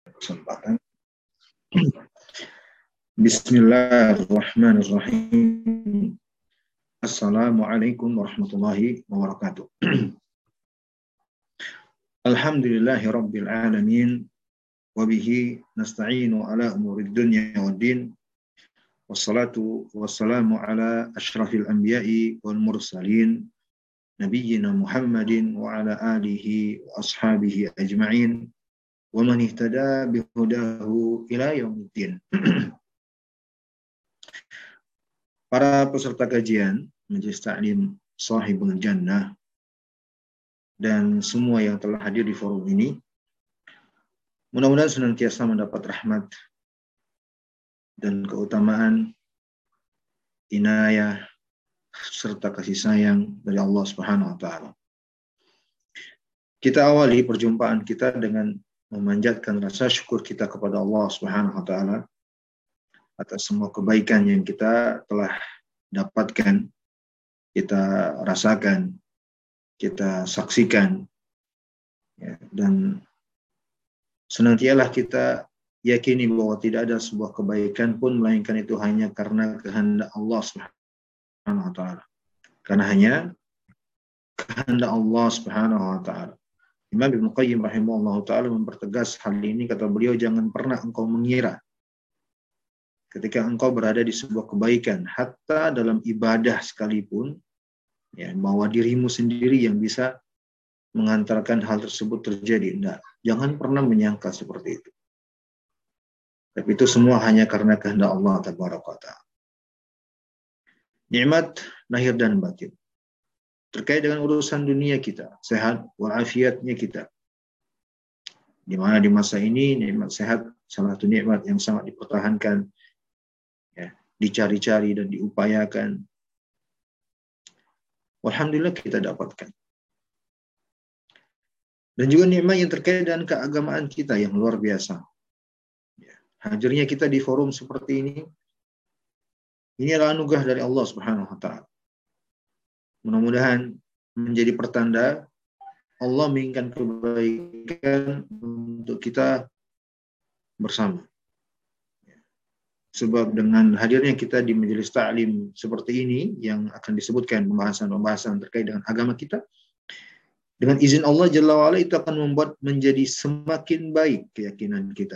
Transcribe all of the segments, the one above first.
kesempatan. Bismillahirrahmanirrahim. Assalamualaikum warahmatullahi wabarakatuh. Alhamdulillahi rabbil alamin. Wabihi nasta'inu ala umurid dunya waddin. Wassalatu wassalamu ala ashrafil anbiya'i wal mursalin. Nabiyyina Muhammadin wa ala alihi wa ashabihi ajma'in. Wa man ihtada bihudahu ila yaumiddin. Para peserta kajian Majelis Ta'lim Shahibul Jannah dan semua yang telah hadir di forum ini, mudah-mudahan senantiasa mendapat rahmat dan keutamaan, inayah serta kasih sayang dari Allah Subhanahu wa taala. Kita awali perjumpaan kita dengan memanjatkan rasa syukur kita kepada Allah Subhanahu wa taala atas semua kebaikan yang kita telah dapatkan, kita rasakan, kita saksikan, ya, dan senantiasa kita yakini bahwa tidak ada sebuah kebaikan pun melainkan itu hanya karena kehendak Allah Subhanahu wa taala. Karena hanya kehendak Allah Subhanahu wa taala. Imam Ibnu Qayyim rahimahullah taala mempertegas hal ini, kata beliau, jangan pernah engkau mengira ketika engkau berada di sebuah kebaikan, hatta dalam ibadah sekalipun, ya, bahwa dirimu sendiri yang bisa mengantarkan hal tersebut terjadi. Enggak, jangan pernah menyangka seperti itu. Tapi itu semua hanya karena kehendak Allah Tabaraka wa Ta'ala. Nikmat lahir dan batin terkait dengan urusan dunia kita, sehat walafiatnya kita. Di mana di masa ini nikmat sehat salah satu nikmat yang sangat dipertahankan, ya, dicari-cari dan diupayakan. Alhamdulillah kita dapatkan. Dan juga nikmat yang terkait dengan keagamaan kita yang luar biasa. Ya, hadirnya kita di forum seperti ini adalah anugerah dari Allah Subhanahu wa taala. Mudah-mudahan menjadi pertanda Allah menginginkan kebaikan untuk kita bersama. Sebab dengan hadirnya kita di majelis ta'lim seperti ini yang akan disebutkan pembahasan-pembahasan terkait dengan agama kita, dengan izin Allah Jalla wa'ala itu akan membuat menjadi semakin baik keyakinan kita,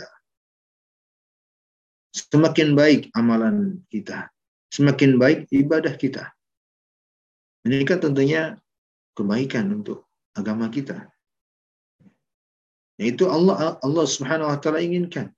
semakin baik amalan kita, semakin baik ibadah kita. Ini kan tentunya kebaikan untuk agama kita. Yaitu Allah Subhanahu wa taala inginkan.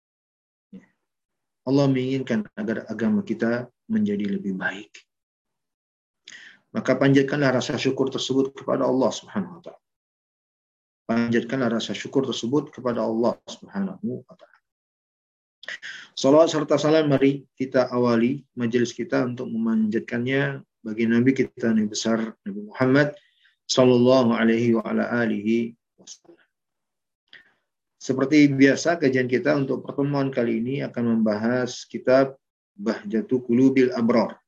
Allah menginginkan agar agama kita menjadi lebih baik. Maka panjatkanlah rasa syukur tersebut kepada Allah Subhanahu wa taala. Panjatkanlah rasa syukur tersebut kepada Allah Subhanahu wa taala. Salawat serta salam mari kita awali majelis kita untuk memanjatkannya bagi Nabi kita, Nabi besar Nabi Muhammad sallallahu alaihi wa ala alihi wasallam. Seperti biasa, kajian kita untuk pertemuan kali ini akan membahas kitab Bahjatu Qulubil Abrar.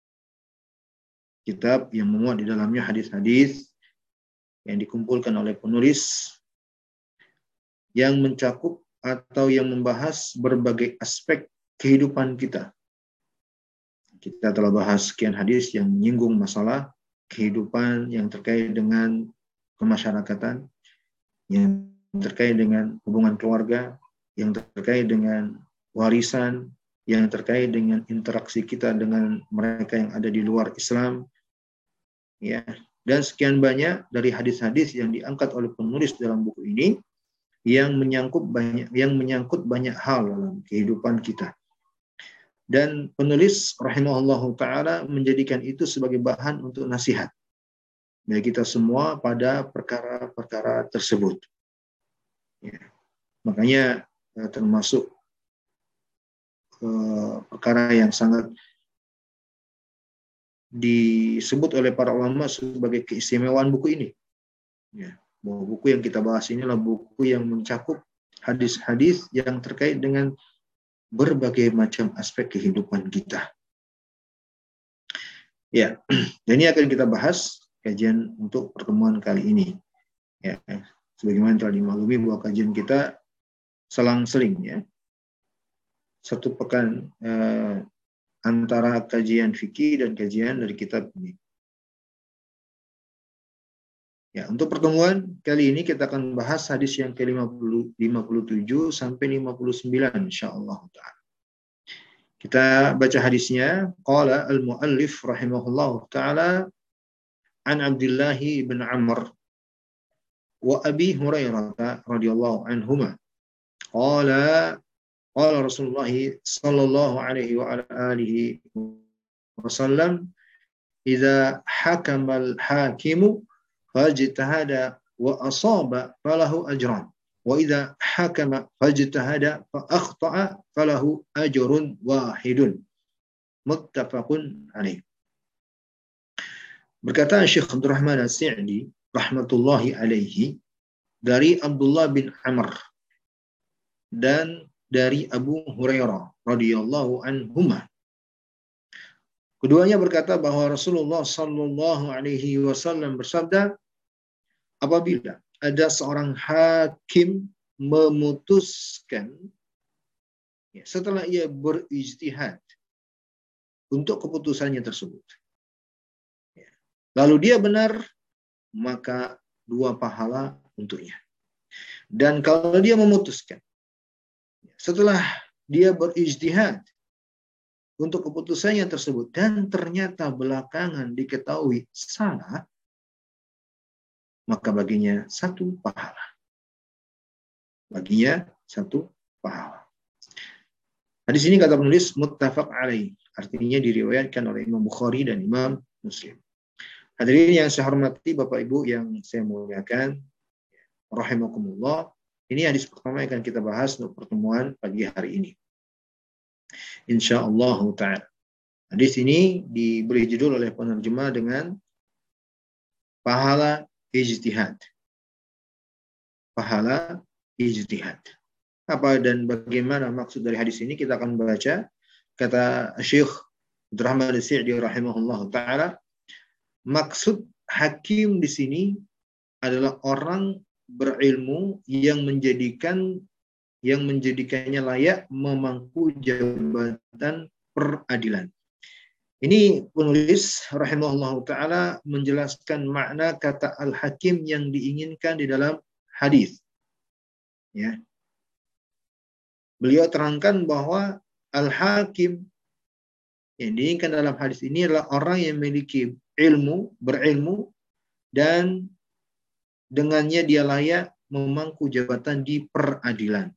Kitab yang memuat di dalamnya hadis-hadis yang dikumpulkan oleh penulis yang mencakup atau yang membahas berbagai aspek kehidupan kita. Kita telah bahas sekian hadis yang menyinggung masalah kehidupan yang terkait dengan kemasyarakatan, yang terkait dengan hubungan keluarga, yang terkait dengan warisan, yang terkait dengan interaksi kita dengan mereka yang ada di luar Islam, ya, dan sekian banyak dari hadis-hadis yang diangkat oleh penulis dalam buku ini yang menyangkut banyak hal dalam kehidupan kita. Dan penulis rahimahullahu ta'ala menjadikan itu sebagai bahan untuk nasihat bagi kita semua pada perkara-perkara tersebut. Ya. Makanya termasuk perkara yang sangat disebut oleh para ulama sebagai keistimewaan buku ini. Ya. Bahwa buku yang kita bahas ini adalah buku yang mencakup hadis-hadis yang terkait dengan berbagai macam aspek kehidupan kita. Ya, dan ini akan kita bahas kajian untuk pertemuan kali ini. Ya, sebagaimana telah dimaklumi bahwa kajian kita selang-seling ya. Satu pekan antara kajian fikih dan kajian dari kitab ini. Ya, untuk pertemuan kali ini kita akan bahas hadis yang ke-57 sampai 59 insyaallah taala. Kita baca hadisnya. Qala al-muallif rahimahullah taala an Abdullah bin Amr wa Abi Hurairah radhiyallahu anhuma. Qala qala Rasulullah sallallahu alaihi wa ala alihi wasallam idza hakama al-hakimu fajtahada wa asaba falahu ajran wa idza hakama fajtahada fa akhta'a falahu ajrun wahidun muttafaqun alaih. Berkata Syekh Abdurrahman As-Sa'di rahmatullahi alaihi dari Abdullah bin Amr dan dari Abu Hurairah radhiyallahu anhuma. Keduanya berkata bahwa Rasulullah sallallahu alaihi wasallam bersabda, apabila ada seorang hakim memutuskan setelah ia berijtihad untuk keputusannya tersebut, lalu dia benar, maka 2 pahala untuknya. Dan kalau dia memutuskan setelah dia berijtihad untuk keputusannya tersebut dan ternyata belakangan diketahui salah, maka baginya 1 pahala. Baginya 1 pahala. Hadis ini kata penulis muttafaq alaih, artinya diriwayatkan oleh Imam Bukhari dan Imam Muslim. Hadirin yang saya hormati, Bapak Ibu yang saya muliakan, rahimakumullah. Ini hadis pertama yang akan kita bahas untuk pertemuan pagi hari ini, insyaallah ta'ala. Hadis ini diberi judul oleh penerjemah dengan pahala ijtihad. Pahala ijtihad. Apa dan bagaimana maksud dari hadis ini kita akan baca. Kata Syekh Abdurrahman As-Sa'di rahimahullah taala, maksud hakim di sini adalah orang berilmu yang menjadikannya layak memangku jabatan peradilan. Ini penulis rahimahullah taala menjelaskan makna kata al-hakim yang diinginkan di dalam hadis. Ya. Beliau terangkan bahwa al-hakim yang diinginkan dalam hadis ini adalah orang yang memiliki berilmu dan dengannya dia layak memangku jabatan di peradilan.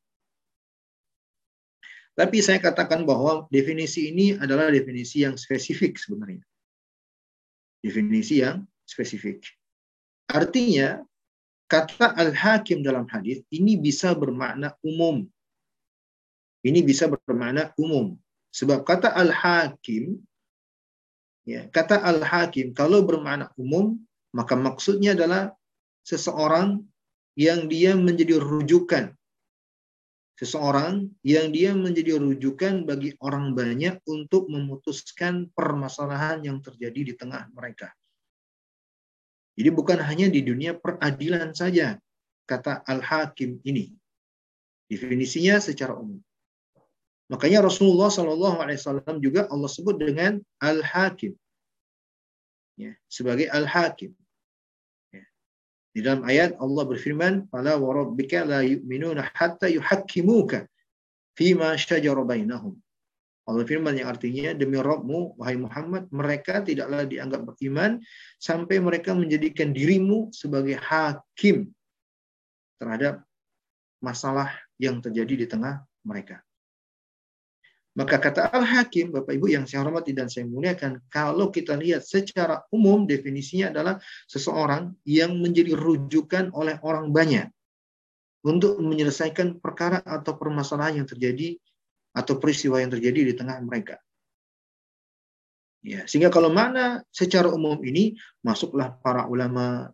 Tapi saya katakan bahwa definisi ini adalah definisi yang spesifik sebenarnya. Definisi yang spesifik. Artinya, kata al-hakim dalam hadis ini bisa bermakna umum. Ini bisa bermakna umum. Sebab kata al-hakim, kata al-hakim kalau bermakna umum, maka maksudnya adalah seseorang yang dia menjadi rujukan. Seseorang yang dia menjadi rujukan bagi orang banyak untuk memutuskan permasalahan yang terjadi di tengah mereka. Jadi bukan hanya di dunia peradilan saja kata al-hakim ini. Definisinya secara umum. Makanya Rasulullah SAW juga Allah sebut dengan al-hakim. Sebagai al-hakim. Di dalam ayat Allah berfirman, "Fala wa rabbika la yu'minuna hatta yuhakkimuka fima shajara bainahum." Allah firman yang artinya, demi Rabbmu wahai Muhammad, mereka tidaklah dianggap beriman sampai mereka menjadikan dirimu sebagai hakim terhadap masalah yang terjadi di tengah mereka. Maka kata al-hakim, Bapak Ibu yang saya hormati dan saya muliakan, kalau kita lihat secara umum definisinya adalah seseorang yang menjadi rujukan oleh orang banyak untuk menyelesaikan perkara atau permasalahan yang terjadi atau peristiwa yang terjadi di tengah mereka. Ya, sehingga kalau mana secara umum ini masuklah para ulama,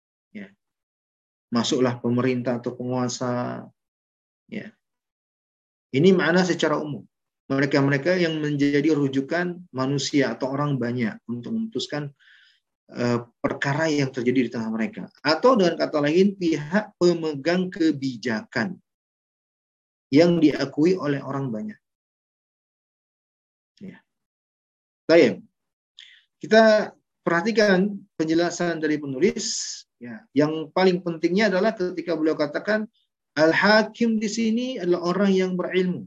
masuklah pemerintah atau penguasa. Ini makna secara umum. Mereka-mereka yang menjadi rujukan manusia atau orang banyak untuk memutuskan perkara yang terjadi di tengah mereka. Atau dengan kata lain, pihak pemegang kebijakan. yang diakui oleh orang banyak. Ya. Baik. Kita perhatikan penjelasan dari penulis. Ya, yang paling pentingnya adalah ketika beliau katakan al-hakim di sini adalah orang yang berilmu,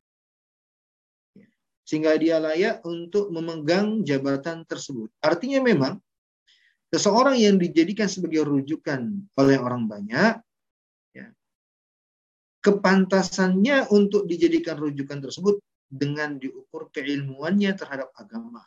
sehingga dia layak untuk memegang jabatan tersebut. Artinya memang seseorang yang dijadikan sebagai rujukan oleh orang banyak, ya, kepantasannya untuk dijadikan rujukan tersebut dengan diukur keilmuannya terhadap agama.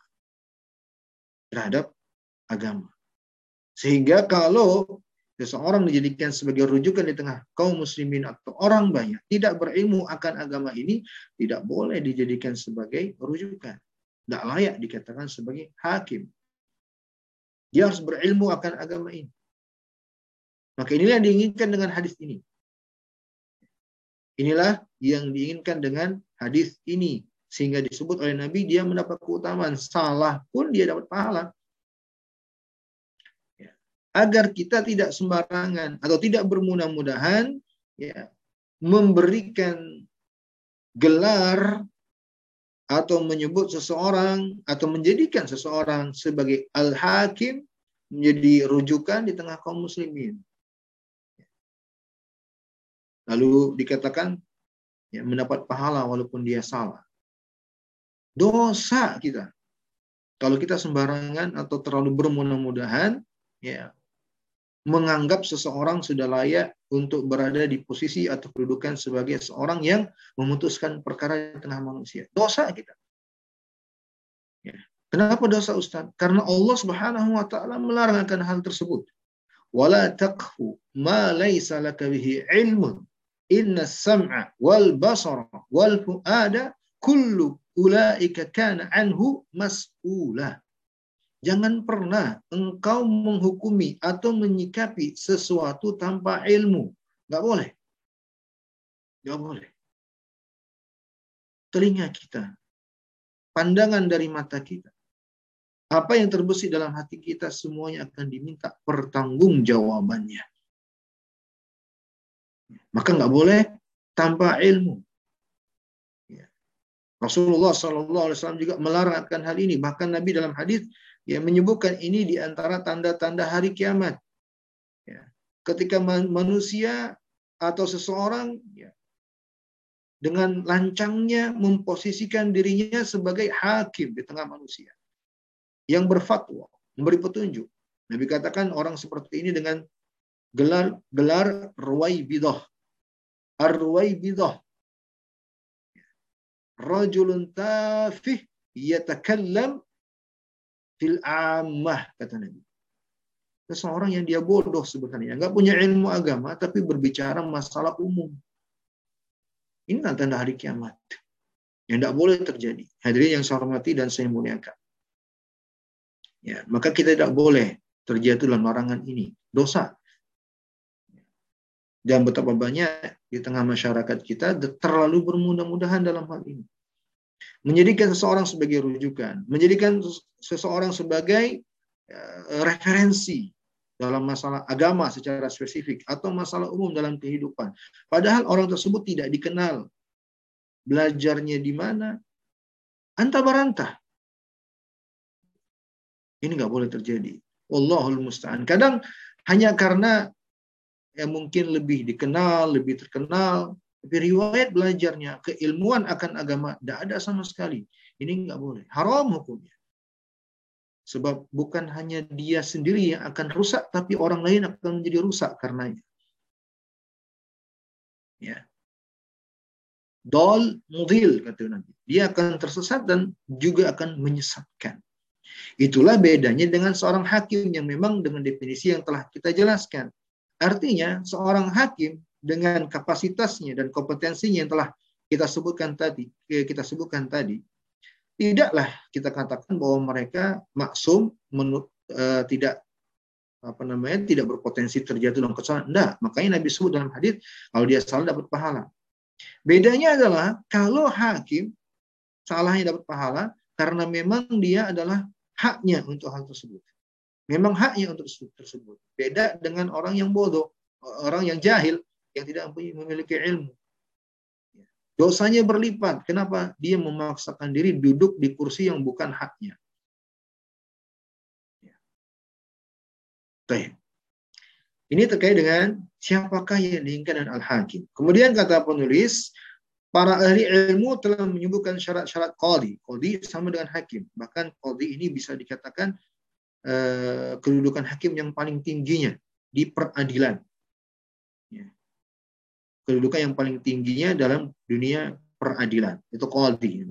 Sehingga kalau seseorang dijadikan sebagai rujukan di tengah kaum muslimin atau orang banyak tidak berilmu akan agama ini, tidak boleh dijadikan sebagai rujukan. Tidak layak dikatakan sebagai hakim. Dia harus berilmu akan agama ini. Maka inilah yang diinginkan dengan hadis ini. Inilah yang diinginkan dengan hadis ini. Sehingga disebut oleh Nabi dia mendapat keutamaan. Salah pun dia dapat pahala. Agar kita tidak sembarangan atau tidak bermudah-mudahan ya, memberikan gelar atau menyebut seseorang atau menjadikan seseorang sebagai al-hakim menjadi rujukan di tengah kaum muslimin. Lalu dikatakan ya, mendapat pahala walaupun dia salah. Dosa kita. Kalau kita sembarangan atau terlalu bermudah-mudahan ya, menganggap seseorang sudah layak untuk berada di posisi atau kedudukan sebagai seorang yang memutuskan perkara di tengah manusia. Dosa kita. Ya. Kenapa dosa, Ustaz? Karena Allah Subhanahu wa taala melarang akan hal tersebut. Wala taqfu ma laysa laka bihi ilmun. Inna sam'a wal basara wal fuada kullu ulaika kana anhu mas'ula. Jangan pernah engkau menghukumi atau menyikapi sesuatu tanpa ilmu. Nggak boleh. Nggak boleh. Telinga kita, pandangan dari mata kita, apa yang terbesit dalam hati kita semuanya akan diminta pertanggungjawabannya. Maka nggak boleh tanpa ilmu. Rasulullah SAW juga melarang akan hal ini. Bahkan Nabi dalam hadis yang menyebutkan ini di antara tanda-tanda hari kiamat. Ya. Ketika manusia atau seseorang ya, dengan lancangnya memposisikan dirinya sebagai hakim di tengah manusia. Yang berfatwa, memberi petunjuk. Nabi katakan orang seperti ini dengan gelar ruwaibidah. Ar-ruwaibidah. Rajulun tafih yatakallam fil ammah, kata Nabi. Seseorang yang dia bodoh sebenarnya, nggak punya ilmu agama, tapi berbicara masalah umum. Ini tanda hari kiamat. Yang tidak boleh terjadi. Hadirin yang saya hormati dan saya muliakan. Ya, maka kita tidak boleh terjatuh dalam larangan ini. Dosa. Dan betapa banyak di tengah masyarakat kita terlalu bermudah-mudahan dalam hal ini. Menjadikan seseorang sebagai rujukan, menjadikan seseorang sebagai referensi dalam masalah agama secara spesifik atau masalah umum dalam kehidupan. Padahal orang tersebut tidak dikenal. Belajarnya di mana? Antah-barantah. Ini nggak boleh terjadi. Wallahul musta'an. Kadang hanya karena mungkin lebih dikenal, lebih terkenal, tapi riwayat belajarnya, keilmuan akan agama tidak ada sama sekali. Ini nggak boleh. Haram hukumnya. Sebab bukan hanya dia sendiri yang akan rusak, tapi orang lain akan menjadi rusak karenanya. Ya. Dol mudhil, kata Nabi. Dia akan tersesat dan juga akan menyesatkan. Itulah bedanya dengan seorang hakim yang memang dengan definisi yang telah kita jelaskan. Artinya seorang hakim dengan kapasitasnya dan kompetensinya yang telah kita sebutkan tadi, tidaklah kita katakan bahwa mereka maksum, tidak berpotensi terjatuh dalam kesalahan. Tidak, makanya Nabi sebut dalam hadis kalau dia salah dapat pahala. Bedanya adalah kalau hakim salahnya dapat pahala karena memang dia adalah haknya untuk hal tersebut. Memang haknya untuk tersebut. Beda dengan orang yang bodoh, orang yang jahil, yang tidak memiliki ilmu. Dosanya berlipat. Kenapa? Dia memaksakan diri duduk di kursi yang bukan haknya. Baik. Ini terkait dengan siapakah yang diinginkan dan al-hakim. Kemudian kata penulis, para ahli ilmu telah menyebutkan syarat-syarat qadhi. Qadhi sama dengan hakim. Bahkan qadhi ini bisa dikatakan kedudukan hakim yang paling tingginya di peradilan. Ya. Kedudukan yang paling tingginya dalam dunia peradilan. Itu qadhi.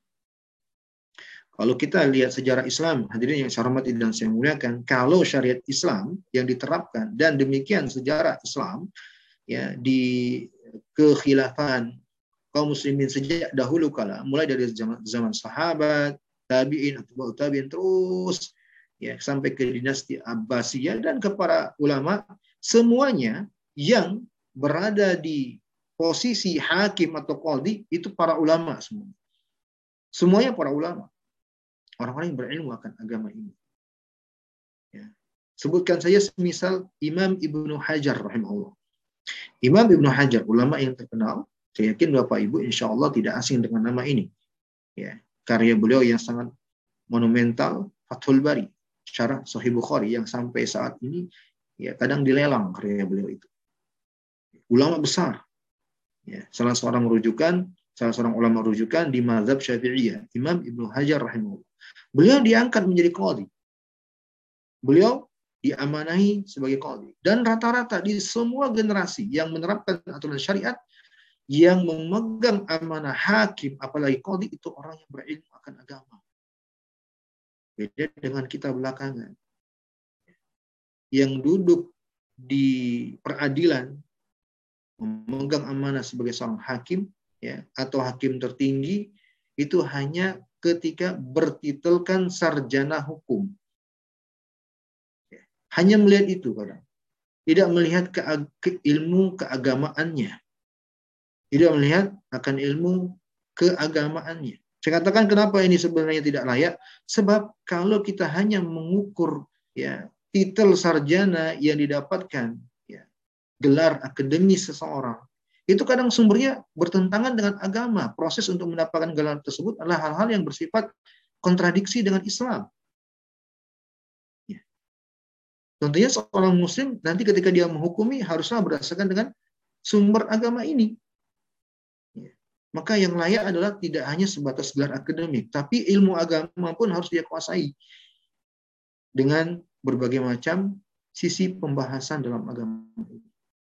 Kalau kita lihat sejarah Islam, hadirin yang saya hormati dan saya muliakan, kalau syariat Islam yang diterapkan dan demikian sejarah Islam ya di kekhilafan kaum muslimin sejak dahulu kala, mulai dari zaman sahabat, tabi'in, atba'u tabi'in terus ya sampai ke dinasti Abbasiyah dan ke para ulama, semuanya yang berada di posisi hakim atau qadhi itu para ulama semua. Semuanya para ulama. Orang-orang yang berilmu akan agama ini. Ya. Sebutkan saja semisal Imam Ibnu Hajar rahimahullah. Imam Ibnu Hajar, ulama yang terkenal, saya yakin Bapak Ibu insya Allah tidak asing dengan nama ini. Ya. Karya beliau yang sangat monumental, Fathul Bari, syarah Sahih Bukhari yang sampai saat ini ya kadang dilelang karya beliau itu. Ulama besar. Ya. Salah seorang ulama rujukan di mazhab Syafi'iyah, Imam Ibnu Hajar rahimahullah. Beliau diangkat menjadi qadhi. Beliau diamanahi sebagai qadhi. Dan rata-rata di semua generasi yang menerapkan aturan syariat, yang memegang amanah hakim, apalagi qadhi, itu orang yang berilmu akan agama. Beda dengan kita belakangan. Yang duduk di peradilan, memegang amanah sebagai seorang hakim, ya, atau hakim tertinggi, itu hanya ketika bertitelkan sarjana hukum. Hanya melihat itu kadang. Tidak melihat ilmu keagamaannya. Tidak melihat akan ilmu keagamaannya. Saya katakan kenapa ini sebenarnya tidak layak. Sebab kalau kita hanya mengukur ya titel sarjana yang didapatkan, ya, gelar akademis seseorang, itu kadang sumbernya bertentangan dengan agama. Proses untuk mendapatkan gelar tersebut adalah hal-hal yang bersifat kontradiksi dengan Islam. Ya. Tentunya seorang muslim nanti ketika dia menghukumi haruslah berdasarkan dengan sumber agama ini. Ya. Maka yang layak adalah tidak hanya sebatas gelar akademik, tapi ilmu agama pun harus dia kuasai dengan berbagai macam sisi pembahasan dalam agama ini.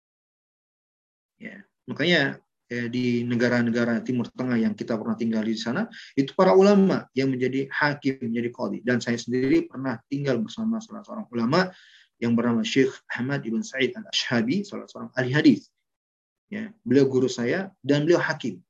Ya. Makanya di negara-negara Timur Tengah yang kita pernah tinggal di sana, itu para ulama yang menjadi hakim, menjadi qadhi. Dan saya sendiri pernah tinggal bersama salah seorang ulama yang bernama Syekh Ahmad Ibn Sa'id Al-Ashhabi, salah seorang ahli hadis. Ya, beliau guru saya dan beliau hakim.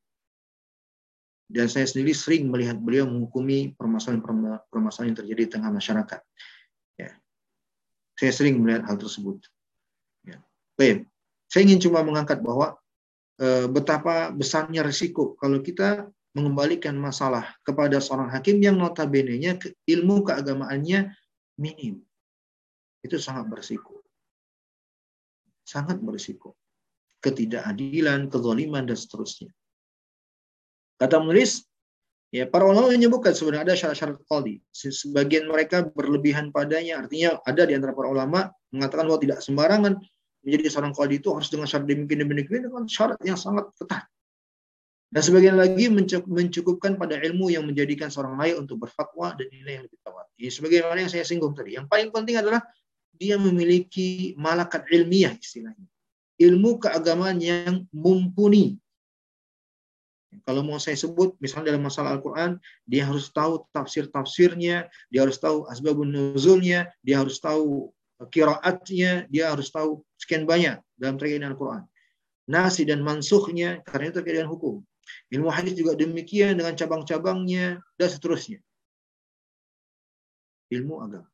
Dan saya sendiri sering melihat beliau menghukumi permasalahan yang terjadi di tengah masyarakat. Ya. Saya sering melihat hal tersebut. Ya. Baik. Saya ingin cuma mengangkat bahwa betapa besarnya risiko kalau kita mengembalikan masalah kepada seorang hakim yang notabene-nya ilmu keagamaannya minim. Itu sangat berisiko. Sangat berisiko. Ketidakadilan, kezaliman, dan seterusnya. Kata menulis, ya, para ulama menyebutkan sebenarnya ada syarat-syarat qadhi. Sebagian mereka berlebihan padanya, artinya ada di antara para ulama mengatakan bahwa tidak sembarangan menjadi seorang qadhi itu harus dengan syarat demikian dengan syarat yang sangat ketat. Dan sebagian lagi mencukupkan pada ilmu yang menjadikan seorang layak untuk berfatwa dan nilai yang lebih tawar. Sebagaimana yang saya singgung tadi. Yang paling penting adalah dia memiliki malakat ilmiah istilahnya. Ilmu keagamaan yang mumpuni. Kalau mau saya sebut, misalnya dalam masalah Al-Quran, dia harus tahu tafsir-tafsirnya, dia harus tahu asbabun nuzulnya, dia harus tahu qiraatnya, dia harus tahu sekian banyak dalam terkait dengan Al-Quran. Nasi dan mansukhnya, karena itu terkait dengan hukum. Ilmu hadis juga demikian dengan cabang-cabangnya, dan seterusnya. Ilmu agama.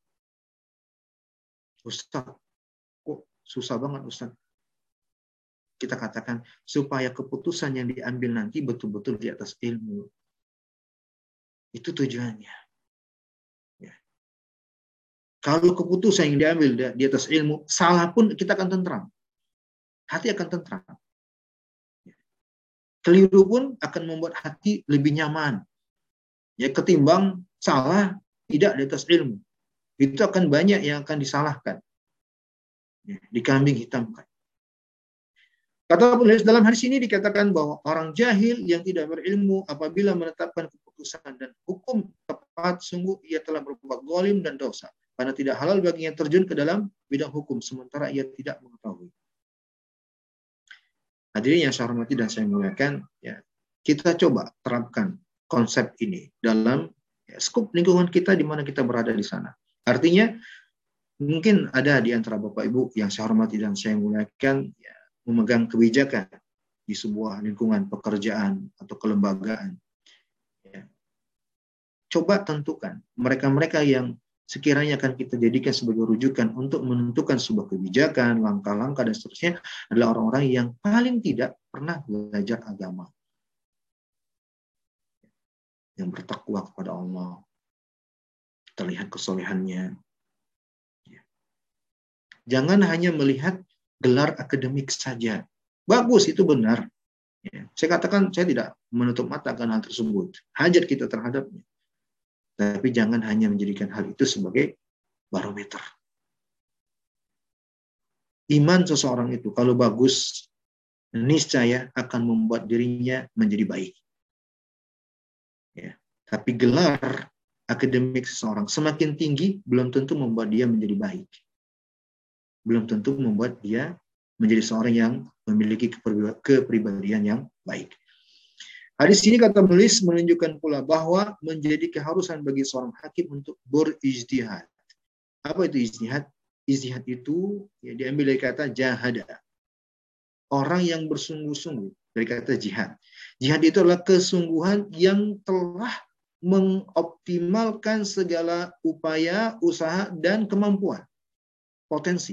Ustaz, kok susah banget Ustaz? Kita katakan supaya keputusan yang diambil nanti betul-betul di atas ilmu. Itu tujuannya. Ya. Kalau keputusan yang diambil di atas ilmu, salah pun kita akan tentram. Hati akan tentram. Ya. Keliru pun akan membuat hati lebih nyaman. Ya, ketimbang salah tidak di atas ilmu. Itu akan banyak yang akan disalahkan. Ya, dikambing hitamkan. Kata penulis, dalam hadis ini dikatakan bahwa orang jahil yang tidak berilmu apabila menetapkan keputusan dan hukum tepat, sungguh ia telah berbuat zalim dan dosa. Karena tidak halal baginya terjun ke dalam bidang hukum, sementara ia tidak mengetahui. Hadirin yang saya hormati dan saya muliakan, ya, kita coba terapkan konsep ini dalam skop lingkungan kita di mana kita berada di sana. Artinya, mungkin ada di antara Bapak Ibu yang saya hormati dan saya muliakan, ya, memegang kebijakan di sebuah lingkungan pekerjaan atau kelembagaan. Ya. Coba tentukan mereka-mereka yang sekiranya akan kita jadikan sebagai rujukan untuk menentukan sebuah kebijakan, langkah-langkah, dan seterusnya adalah orang-orang yang paling tidak pernah belajar agama. Yang bertakwa kepada Allah. Terlihat kesolehannya. Ya. Jangan hanya melihat gelar akademik saja. Bagus, itu benar. Ya. Saya katakan, saya tidak menutup mata akan hal tersebut. Hajat kita terhadapnya. Tapi jangan hanya menjadikan hal itu sebagai barometer. Iman seseorang itu kalau bagus, niscaya akan membuat dirinya menjadi baik. Ya. Tapi gelar akademik seseorang semakin tinggi, belum tentu membuat dia menjadi baik. Belum tentu membuat dia menjadi seorang yang memiliki kepribadian yang baik. Hadis ini kata penulis menunjukkan pula bahwa menjadi keharusan bagi seorang hakim untuk berijtihad. Apa itu ijtihad? Ijtihad itu ya, diambil dari kata jahada. Orang yang bersungguh-sungguh, dari kata jihad. Jihad itu adalah kesungguhan yang telah mengoptimalkan segala upaya, usaha, dan kemampuan. Potensi.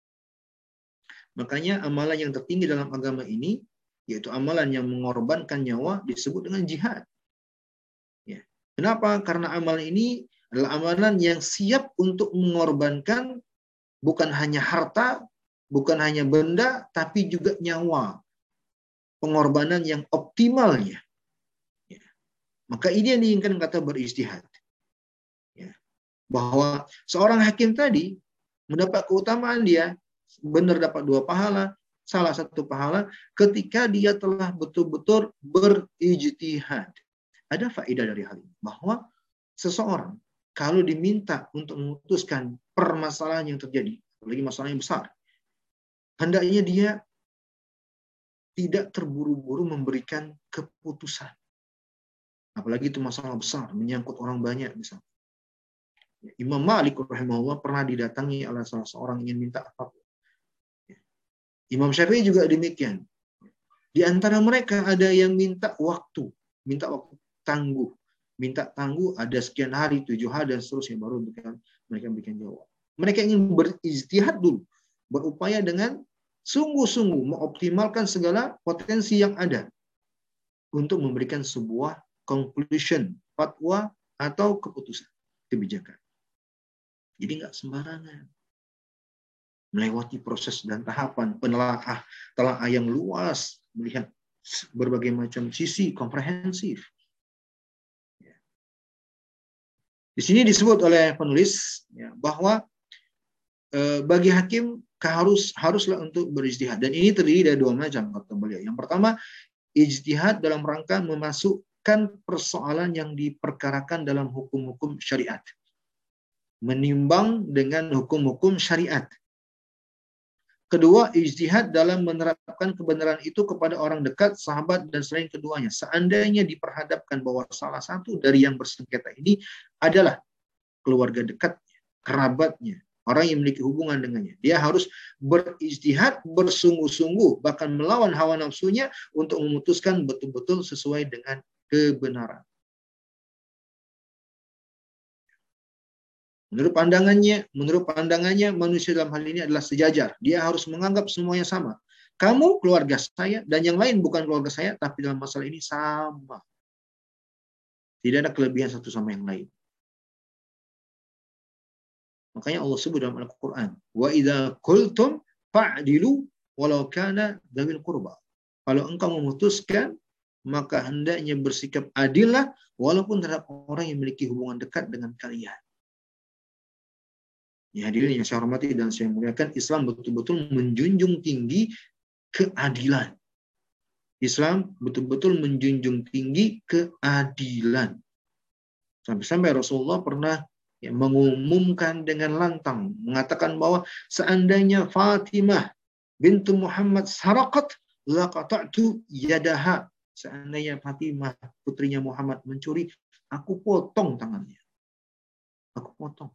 Makanya amalan yang tertinggi dalam agama ini, yaitu amalan yang mengorbankan nyawa, disebut dengan jihad. Ya. Kenapa? Karena amalan ini adalah amalan yang siap untuk mengorbankan bukan hanya harta, bukan hanya benda, tapi juga nyawa. Pengorbanan yang optimalnya. Ya. Maka ini yang diinginkan kata berijtihad. Ya. Bahwa seorang hakim tadi mendapat keutamaan dia, benar dapat 2 pahala, salah 1 pahala, ketika dia telah betul-betul berijtihad. Ada faedah dari hal ini, bahwa seseorang kalau diminta untuk memutuskan permasalahan yang terjadi, apalagi masalah yang besar, hendaknya dia tidak terburu-buru memberikan keputusan. Apalagi itu masalah besar, menyangkut orang banyak misalnya. Imam Malik rahimahullah pernah didatangi oleh salah seorang yang ingin minta apa. Imam Syafi'i juga demikian. Di antara mereka ada yang minta waktu tangguh. Minta tangguh ada sekian hari, 7 hari, dan seterusnya, baru mereka bikin jawab. Mereka ingin berijtihad dulu, berupaya dengan sungguh-sungguh mengoptimalkan segala potensi yang ada untuk memberikan sebuah conclusion, fatwa, atau keputusan, kebijakan. Jadi nggak sembarangan. Melewati proses dan tahapan penelaah yang luas, melihat berbagai macam sisi, komprehensif. Di sini disebut oleh penulis ya, bahwa bagi hakim haruslah untuk berijtihad, dan ini terdiri dari 2 macam kata beliau. Yang pertama, ijtihad dalam rangka memasukkan persoalan yang diperkarakan dalam hukum-hukum syariat, menimbang dengan hukum-hukum syariat. Kedua, ijtihad dalam menerapkan kebenaran itu kepada orang dekat, sahabat, dan selain keduanya. Seandainya diperhadapkan bahwa salah satu dari yang bersengketa ini adalah keluarga dekatnya, kerabatnya, orang yang memiliki hubungan dengannya, dia harus berijtihad bersungguh-sungguh, bahkan melawan hawa nafsunya untuk memutuskan betul-betul sesuai dengan kebenaran. Menurut pandangannya manusia dalam hal ini adalah sejajar. Dia harus menganggap semuanya sama. Kamu keluarga saya dan yang lain bukan keluarga saya, tapi dalam masalah ini sama. Tidak ada kelebihan satu sama yang lain. Makanya Allah sebut dalam Al-Quran, wa idza qultum fa'dilu walau kana dzawil qurba. Kalau engkau memutuskan, maka hendaknya bersikap adillah walaupun terhadap orang yang memiliki hubungan dekat dengan kalian. Ya, hadirin yang saya hormati dan saya muliakan, Islam betul-betul menjunjung tinggi keadilan. Islam betul-betul menjunjung tinggi keadilan. Sampai-sampai Rasulullah pernah mengumumkan dengan lantang, mengatakan bahwa seandainya Fatimah bintu Muhammad saraqat, laqata'tu yadaha. Seandainya Fatimah putrinya Muhammad mencuri, aku potong tangannya. Aku potong.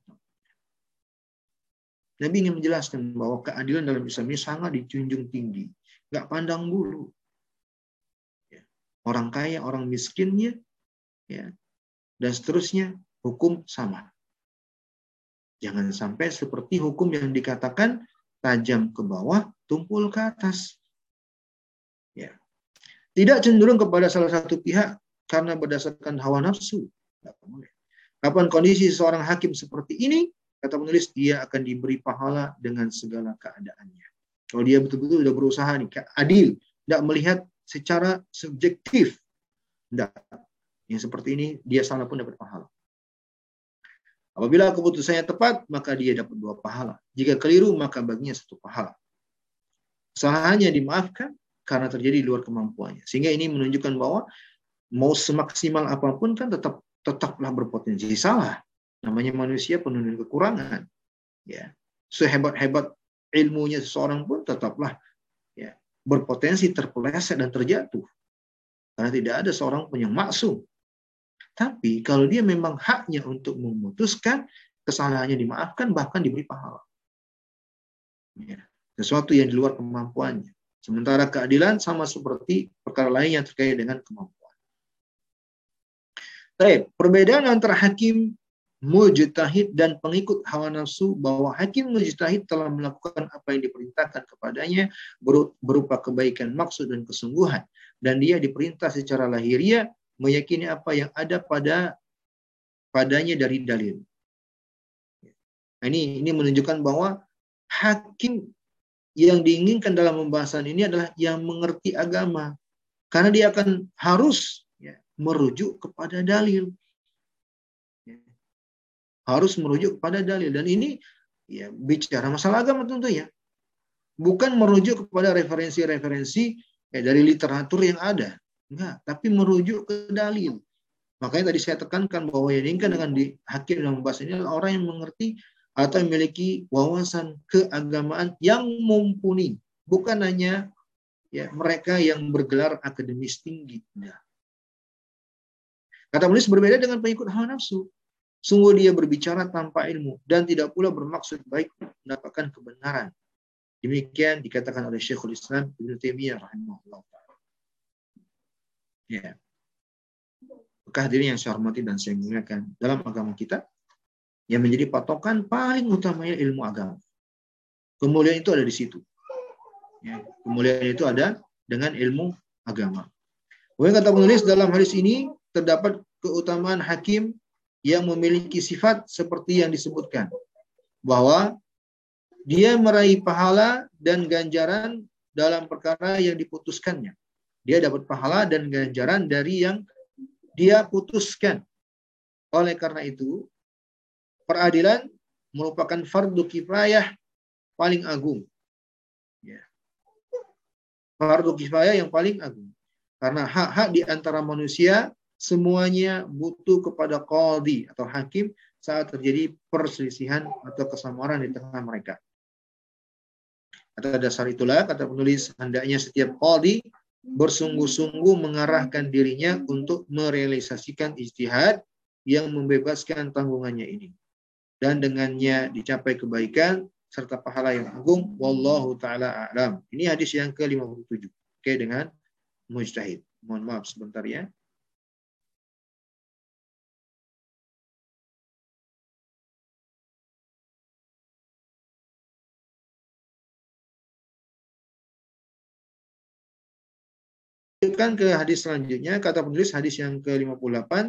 Nabi ingin menjelaskan bahwa keadilan dalam Islam ini sangat dijunjung tinggi. Nggak pandang bulu. Orang kaya, orang miskinnya, ya, dan seterusnya, hukum sama. Jangan sampai seperti hukum yang dikatakan tajam ke bawah, tumpul ke atas. Ya. Tidak cenderung kepada salah satu pihak karena berdasarkan hawa nafsu. Kapan kondisi seorang hakim seperti ini, kata penulis, dia akan diberi pahala dengan segala keadaannya. Kalau dia betul-betul sudah berusaha nih, adil, tidak melihat secara subjektif, tidak. Yang seperti ini, dia salah pun dapat pahala. Apabila keputusannya tepat, maka dia dapat 2 pahala. Jika keliru, maka baginya 1 pahala. Kesalahannya dimaafkan karena terjadi di luar kemampuannya. Sehingga ini menunjukkan bahwa mau semaksimal apapun kan tetaplah berpotensi salah. Namanya manusia penuh dengan kekurangan. Ya. Sehebat-hebat ilmunya seseorang pun tetaplah ya, berpotensi terpeleset dan terjatuh. Karena tidak ada seorang pun yang maksum. Tapi kalau dia memang haknya untuk memutuskan, kesalahannya dimaafkan, bahkan diberi pahala. Ya. Sesuatu yang di luar kemampuannya. Sementara keadilan sama seperti perkara lain yang terkait dengan kemampuan. Baik, perbedaan antara hakim mujtahid dan pengikut hawa nafsu, bahwa hakim mujtahid telah melakukan apa yang diperintahkan kepadanya berupa kebaikan maksud dan kesungguhan, dan dia diperintah secara lahiriah meyakini apa yang ada padanya dari dalil. Nah, ini menunjukkan bahwa hakim yang diinginkan dalam pembahasan ini adalah yang mengerti agama, karena dia akan harus merujuk kepada dalil. Harus merujuk kepada dalil, dan ini ya bicara masalah agama tentu ya, bukan merujuk kepada referensi-referensi dari literatur yang ada, enggak, tapi merujuk ke dalil. Makanya tadi saya tekankan bahwa yang diinginkan dengan hakim dalam membahas ini adalah orang yang mengerti atau memiliki wawasan keagamaan yang mumpuni, bukan hanya ya mereka yang bergelar akademis tinggi. Nah, kata penulis berbeda dengan pengikut hawa nafsu. Sungguh dia berbicara tanpa ilmu dan tidak pula bermaksud baik mendapatkan kebenaran. Demikian dikatakan oleh Syekhul Islam Ibnu Taimiyah rahimahullah. Ya. Hadirin yang saya hormati dan saya muliakan, dalam agama kita yang menjadi patokan paling utamanya ilmu agama. Kemuliaan itu ada di situ. Ya. Kemuliaan itu ada dengan ilmu agama. Kemudian kata penulis, dalam hadis ini terdapat keutamaan hakim yang memiliki sifat seperti yang disebutkan, bahwa dia meraih pahala dan ganjaran dalam perkara yang diputuskannya. Dia dapat pahala dan ganjaran dari yang dia putuskan. Oleh karena itu, peradilan merupakan fardu kifayah paling agung. Ya. Fardu kifayah yang paling agung. Karena hak-hak di antara manusia semuanya butuh kepada qadhi atau hakim saat terjadi perselisihan atau kesamaran di tengah mereka. Atas dasar itulah, kata penulis, hendaknya setiap qadhi bersungguh-sungguh mengarahkan dirinya untuk merealisasikan ijtihad yang membebaskan tanggungannya ini. Dan dengannya dicapai kebaikan serta pahala yang agung. Wallahu ta'ala a'lam. Ini hadis yang ke-57. Oke, dengan mujtahid. Mohon maaf sebentar ya. Ke hadis selanjutnya, kata penulis hadis yang ke-58.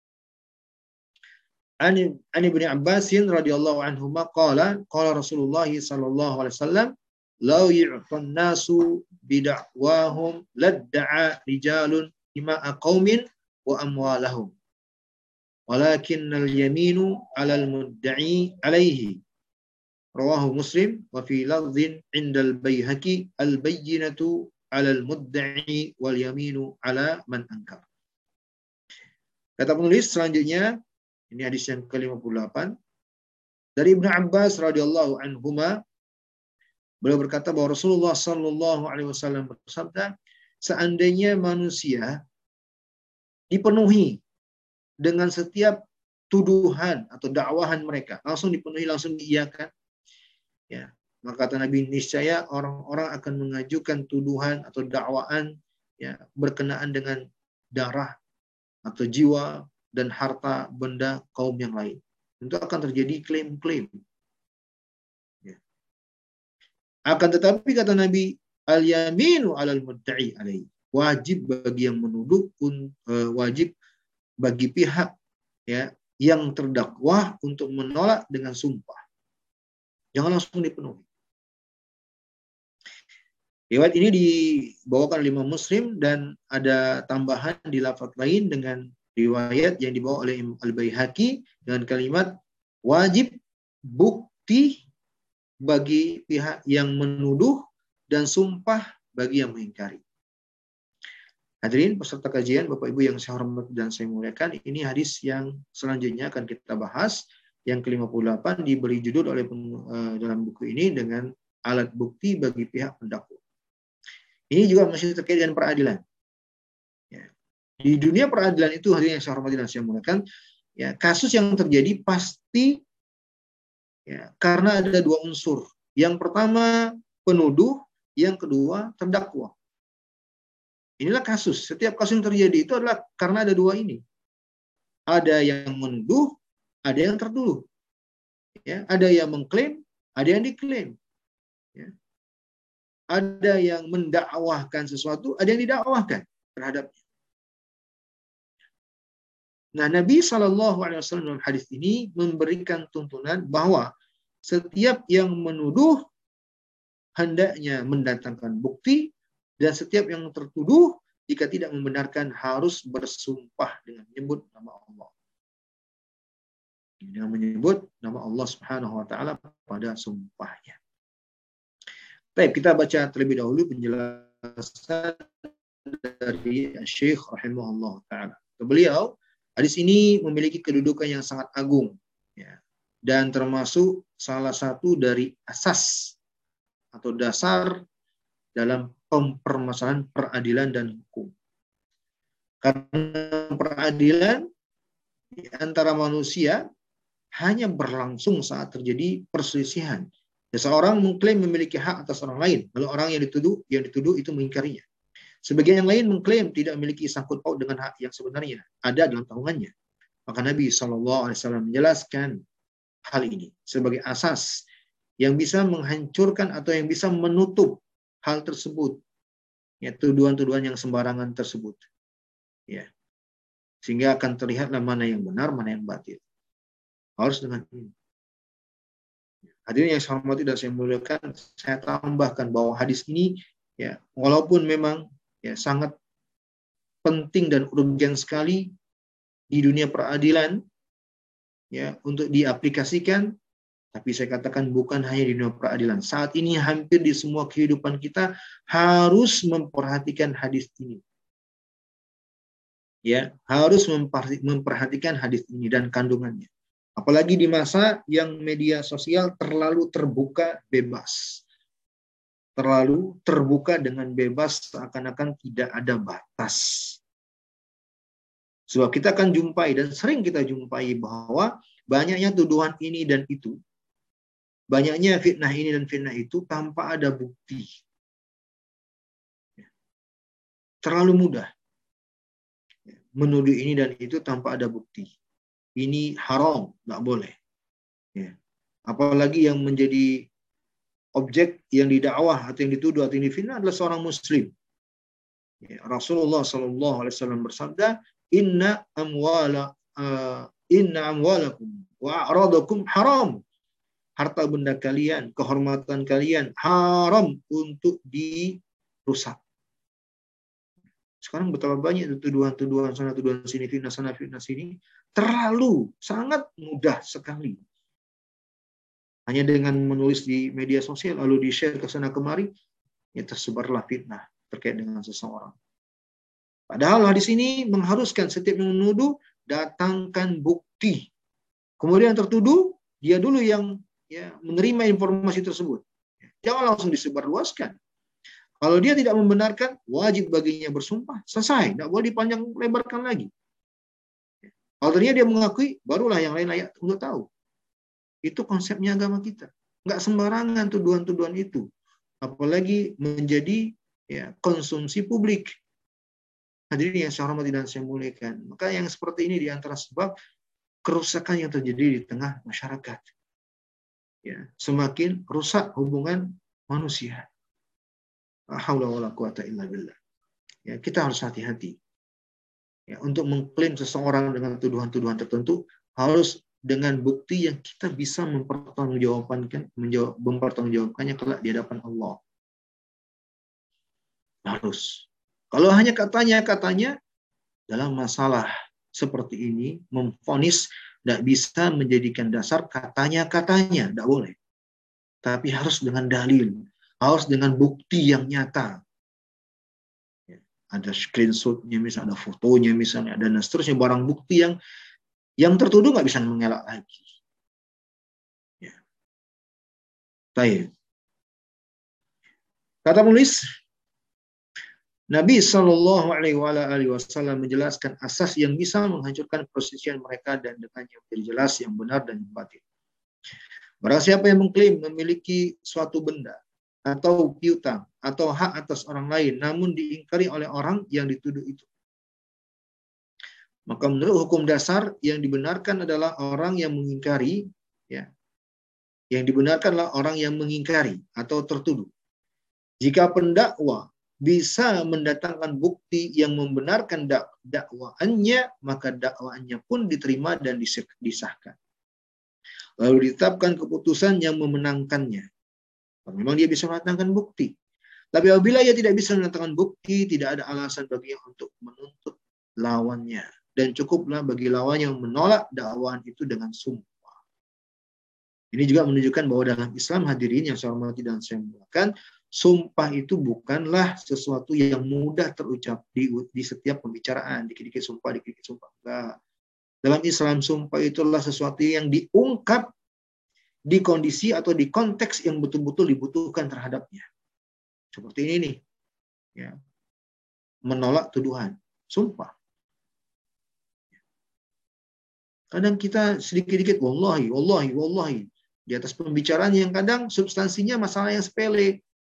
An Ibnu Abbasin radhiyallahu anhuma qala Rasulullah sallallahu alaihi wasallam law yu'tan nasu bid'awahum ladda'a rijalun dima'a qaumin wa amwalahum. Walakinnal yaminu 'alal mudda'i 'alaihi. Rawahu Muslim wa fi lafdhin 'indal Baihaqi al-bayyinatu 'alal mudda'i wal yaminu 'ala man ankar. Kata penulis selanjutnya, ini hadis yang ke-58 dari Ibnu Abbas radhiyallahu anhuma, beliau berkata bahwa Rasulullah sallallahu alaihi wasallam bersabda, seandainya manusia dipenuhi dengan setiap tuduhan atau dakwahan mereka, langsung dipenuhi, langsung diiyakan, ya, maka kata Nabi, niscaya orang-orang akan mengajukan tuduhan atau dakwaan, ya, berkenaan dengan darah atau jiwa dan harta benda kaum yang lain. Tentu akan terjadi klaim-klaim. Ya. Akan tetapi kata Nabi, al-yaminu 'alal mudda'i alaihi. Wajib bagi yang menuduh, wajib bagi pihak, ya, yang terdakwah untuk menolak dengan sumpah. Jangan langsung dipenuhi. Riwayat ini dibawakan oleh Imam Muslim dan ada tambahan di lafaz lain dengan riwayat yang dibawa oleh Al-Baihaqi dengan kalimat wajib bukti bagi pihak yang menuduh dan sumpah bagi yang mengingkari. Hadirin peserta kajian, Bapak Ibu yang saya hormati dan saya muliakan, ini hadis yang selanjutnya akan kita bahas, yang ke-58, diberi judul oleh dalam buku ini dengan alat bukti bagi pihak pendakwa. Ini juga masih terkait dengan peradilan. Ya. Di dunia peradilan itu, hadirin yang saya hormati dan saya muliakan, ya, kasus yang terjadi pasti, ya, karena ada dua unsur. Yang pertama penuduh, yang kedua terdakwa. Inilah kasus. Setiap kasus yang terjadi itu adalah karena ada dua ini. Ada yang menuduh, ada yang tertuduh. Ya, ada yang mengklaim, ada yang diklaim. Ya. Ada yang mendakwahkan sesuatu, ada yang didakwahkan terhadapnya. Nah, Nabi SAW dalam hadis ini memberikan tuntunan bahwa setiap yang menuduh hendaknya mendatangkan bukti, dan setiap yang tertuduh jika tidak membenarkan harus bersumpah dengan menyebut nama Allah. Dengan menyebut nama Allah Subhanahu wa taala pada sumpahnya. Baik, kita baca terlebih dahulu penjelasan dari Syekh rahimahullah taala. Beliau, hadis ini memiliki kedudukan yang sangat agung, ya, dan termasuk salah satu dari asas atau dasar dalam permasalahan peradilan dan hukum. Karena peradilan di antara manusia hanya berlangsung saat terjadi perselisihan. Seseorang mengklaim memiliki hak atas orang lain, lalu orang yang dituduh itu mengingkarinya. Sebagian yang lain mengklaim tidak memiliki sangkut paut dengan hak yang sebenarnya ada dalam tanggungannya. Maka Nabi SAW menjelaskan hal ini sebagai asas yang bisa menghancurkan atau yang bisa menutup hal tersebut, ya, tuduhan-tuduhan yang sembarangan tersebut, ya, sehingga akan terlihatlah mana yang benar, mana yang batil. Harus dengan ini. Hadirin yang saya hormati dan saya muliakan, saya tambahkan bahwa hadis ini, ya, walaupun memang, ya, sangat penting dan urgen sekali di dunia peradilan, ya, untuk diaplikasikan. Tapi saya katakan bukan hanya di dunia peradilan. Saat ini hampir di semua kehidupan kita harus memperhatikan hadis ini. Ya, harus memperhatikan hadis ini dan kandungannya. Apalagi di masa yang media sosial terlalu terbuka bebas. Terlalu terbuka dengan bebas seakan-akan tidak ada batas. Sebab kita akan jumpai dan sering kita jumpai bahwa banyaknya tuduhan ini dan itu, banyaknya fitnah ini dan fitnah itu tanpa ada bukti. Terlalu mudah menuduh ini dan itu tanpa ada bukti. Ini haram, nggak boleh. Ya. Apalagi yang menjadi objek yang didakwah atau yang dituduh atau yang difitnah adalah seorang muslim. Ya. Rasulullah SAW bersabda, Inna amwalakum wa a'radakum haram. Harta benda kalian, kehormatan kalian haram untuk dirusak. Sekarang betapa banyak tuduhan-tuduhan sana, tuduhan sini, fitnah sana, fitnah sini. Terlalu, sangat mudah sekali. Hanya dengan menulis di media sosial, lalu di-share ke sana kemari, ya tersebarlah fitnah terkait dengan seseorang. Padahal hadis ini mengharuskan setiap yang menuduh, datangkan bukti. Kemudian tertuduh, dia dulu yang menerima informasi tersebut. Jangan langsung disebarluaskan. Kalau dia tidak membenarkan, wajib baginya bersumpah. Selesai. Tidak boleh dipanjang lebarkan lagi. Kalau ternyata dia mengakui, barulah yang lain layak untuk tahu. Itu konsepnya agama kita. Nggak sembarangan tuduhan-tuduhan itu. Apalagi menjadi konsumsi publik. Hadirin yang saya hormati dan saya muliakan. Maka yang seperti ini diantara sebab kerusakan yang terjadi di tengah masyarakat. Ya, semakin rusak hubungan manusia. La haula wala quwata illa billah. Ya, kita harus hati-hati. Ya, untuk mengklaim seseorang dengan tuduhan-tuduhan tertentu harus dengan bukti yang kita bisa mempertanggungjawabkannya kelak di hadapan Allah. Harus. Kalau hanya katanya dalam masalah seperti ini memvonis tidak bisa menjadikan dasar katanya, tidak boleh. Tapi harus dengan dalil. Harus dengan bukti yang nyata. Ada screenshotnya, misalnya ada fotonya, misalnya dan seterusnya, barang bukti yang tertuduh nggak bisa mengelak lagi. Ya. Baik. Kata penulis, Nabi Shallallahu Alaihi Wasallam menjelaskan asas yang bisa menghancurkan perselisihan mereka dan dengannya menjadi jelas yang benar dan yang batil. Barang siapa yang mengklaim memiliki suatu benda atau piutang atau hak atas orang lain namun diingkari oleh orang yang dituduh itu, maka menurut hukum dasar yang dibenarkan adalah orang yang mengingkari, yang dibenarkan adalah orang yang mengingkari atau tertuduh. Jika pendakwa bisa mendatangkan bukti yang membenarkan dakwaannya, maka dakwaannya pun diterima dan disahkan. Lalu ditetapkan keputusan yang memenangkannya. Memang dia bisa mendatangkan bukti. Tapi apabila ia tidak bisa mendatangkan bukti, tidak ada alasan baginya untuk menuntut lawannya. Dan cukuplah bagi lawannya menolak dakwaan itu dengan sumpah. Ini juga menunjukkan bahwa dalam Islam, hadirin yang saya hormati dan saya muliakan, sumpah itu bukanlah sesuatu yang mudah terucap di setiap pembicaraan. Dikit-dikit sumpah, dikit-dikit sumpah. Enggak. Dalam Islam, sumpah itulah sesuatu yang diungkap di kondisi atau di konteks yang betul-betul dibutuhkan terhadapnya. Seperti ini nih. Ya. Menolak tuduhan. Sumpah. Kadang kita sedikit-sedikit wallahi. Di atas pembicaraan yang kadang substansinya masalah yang sepele.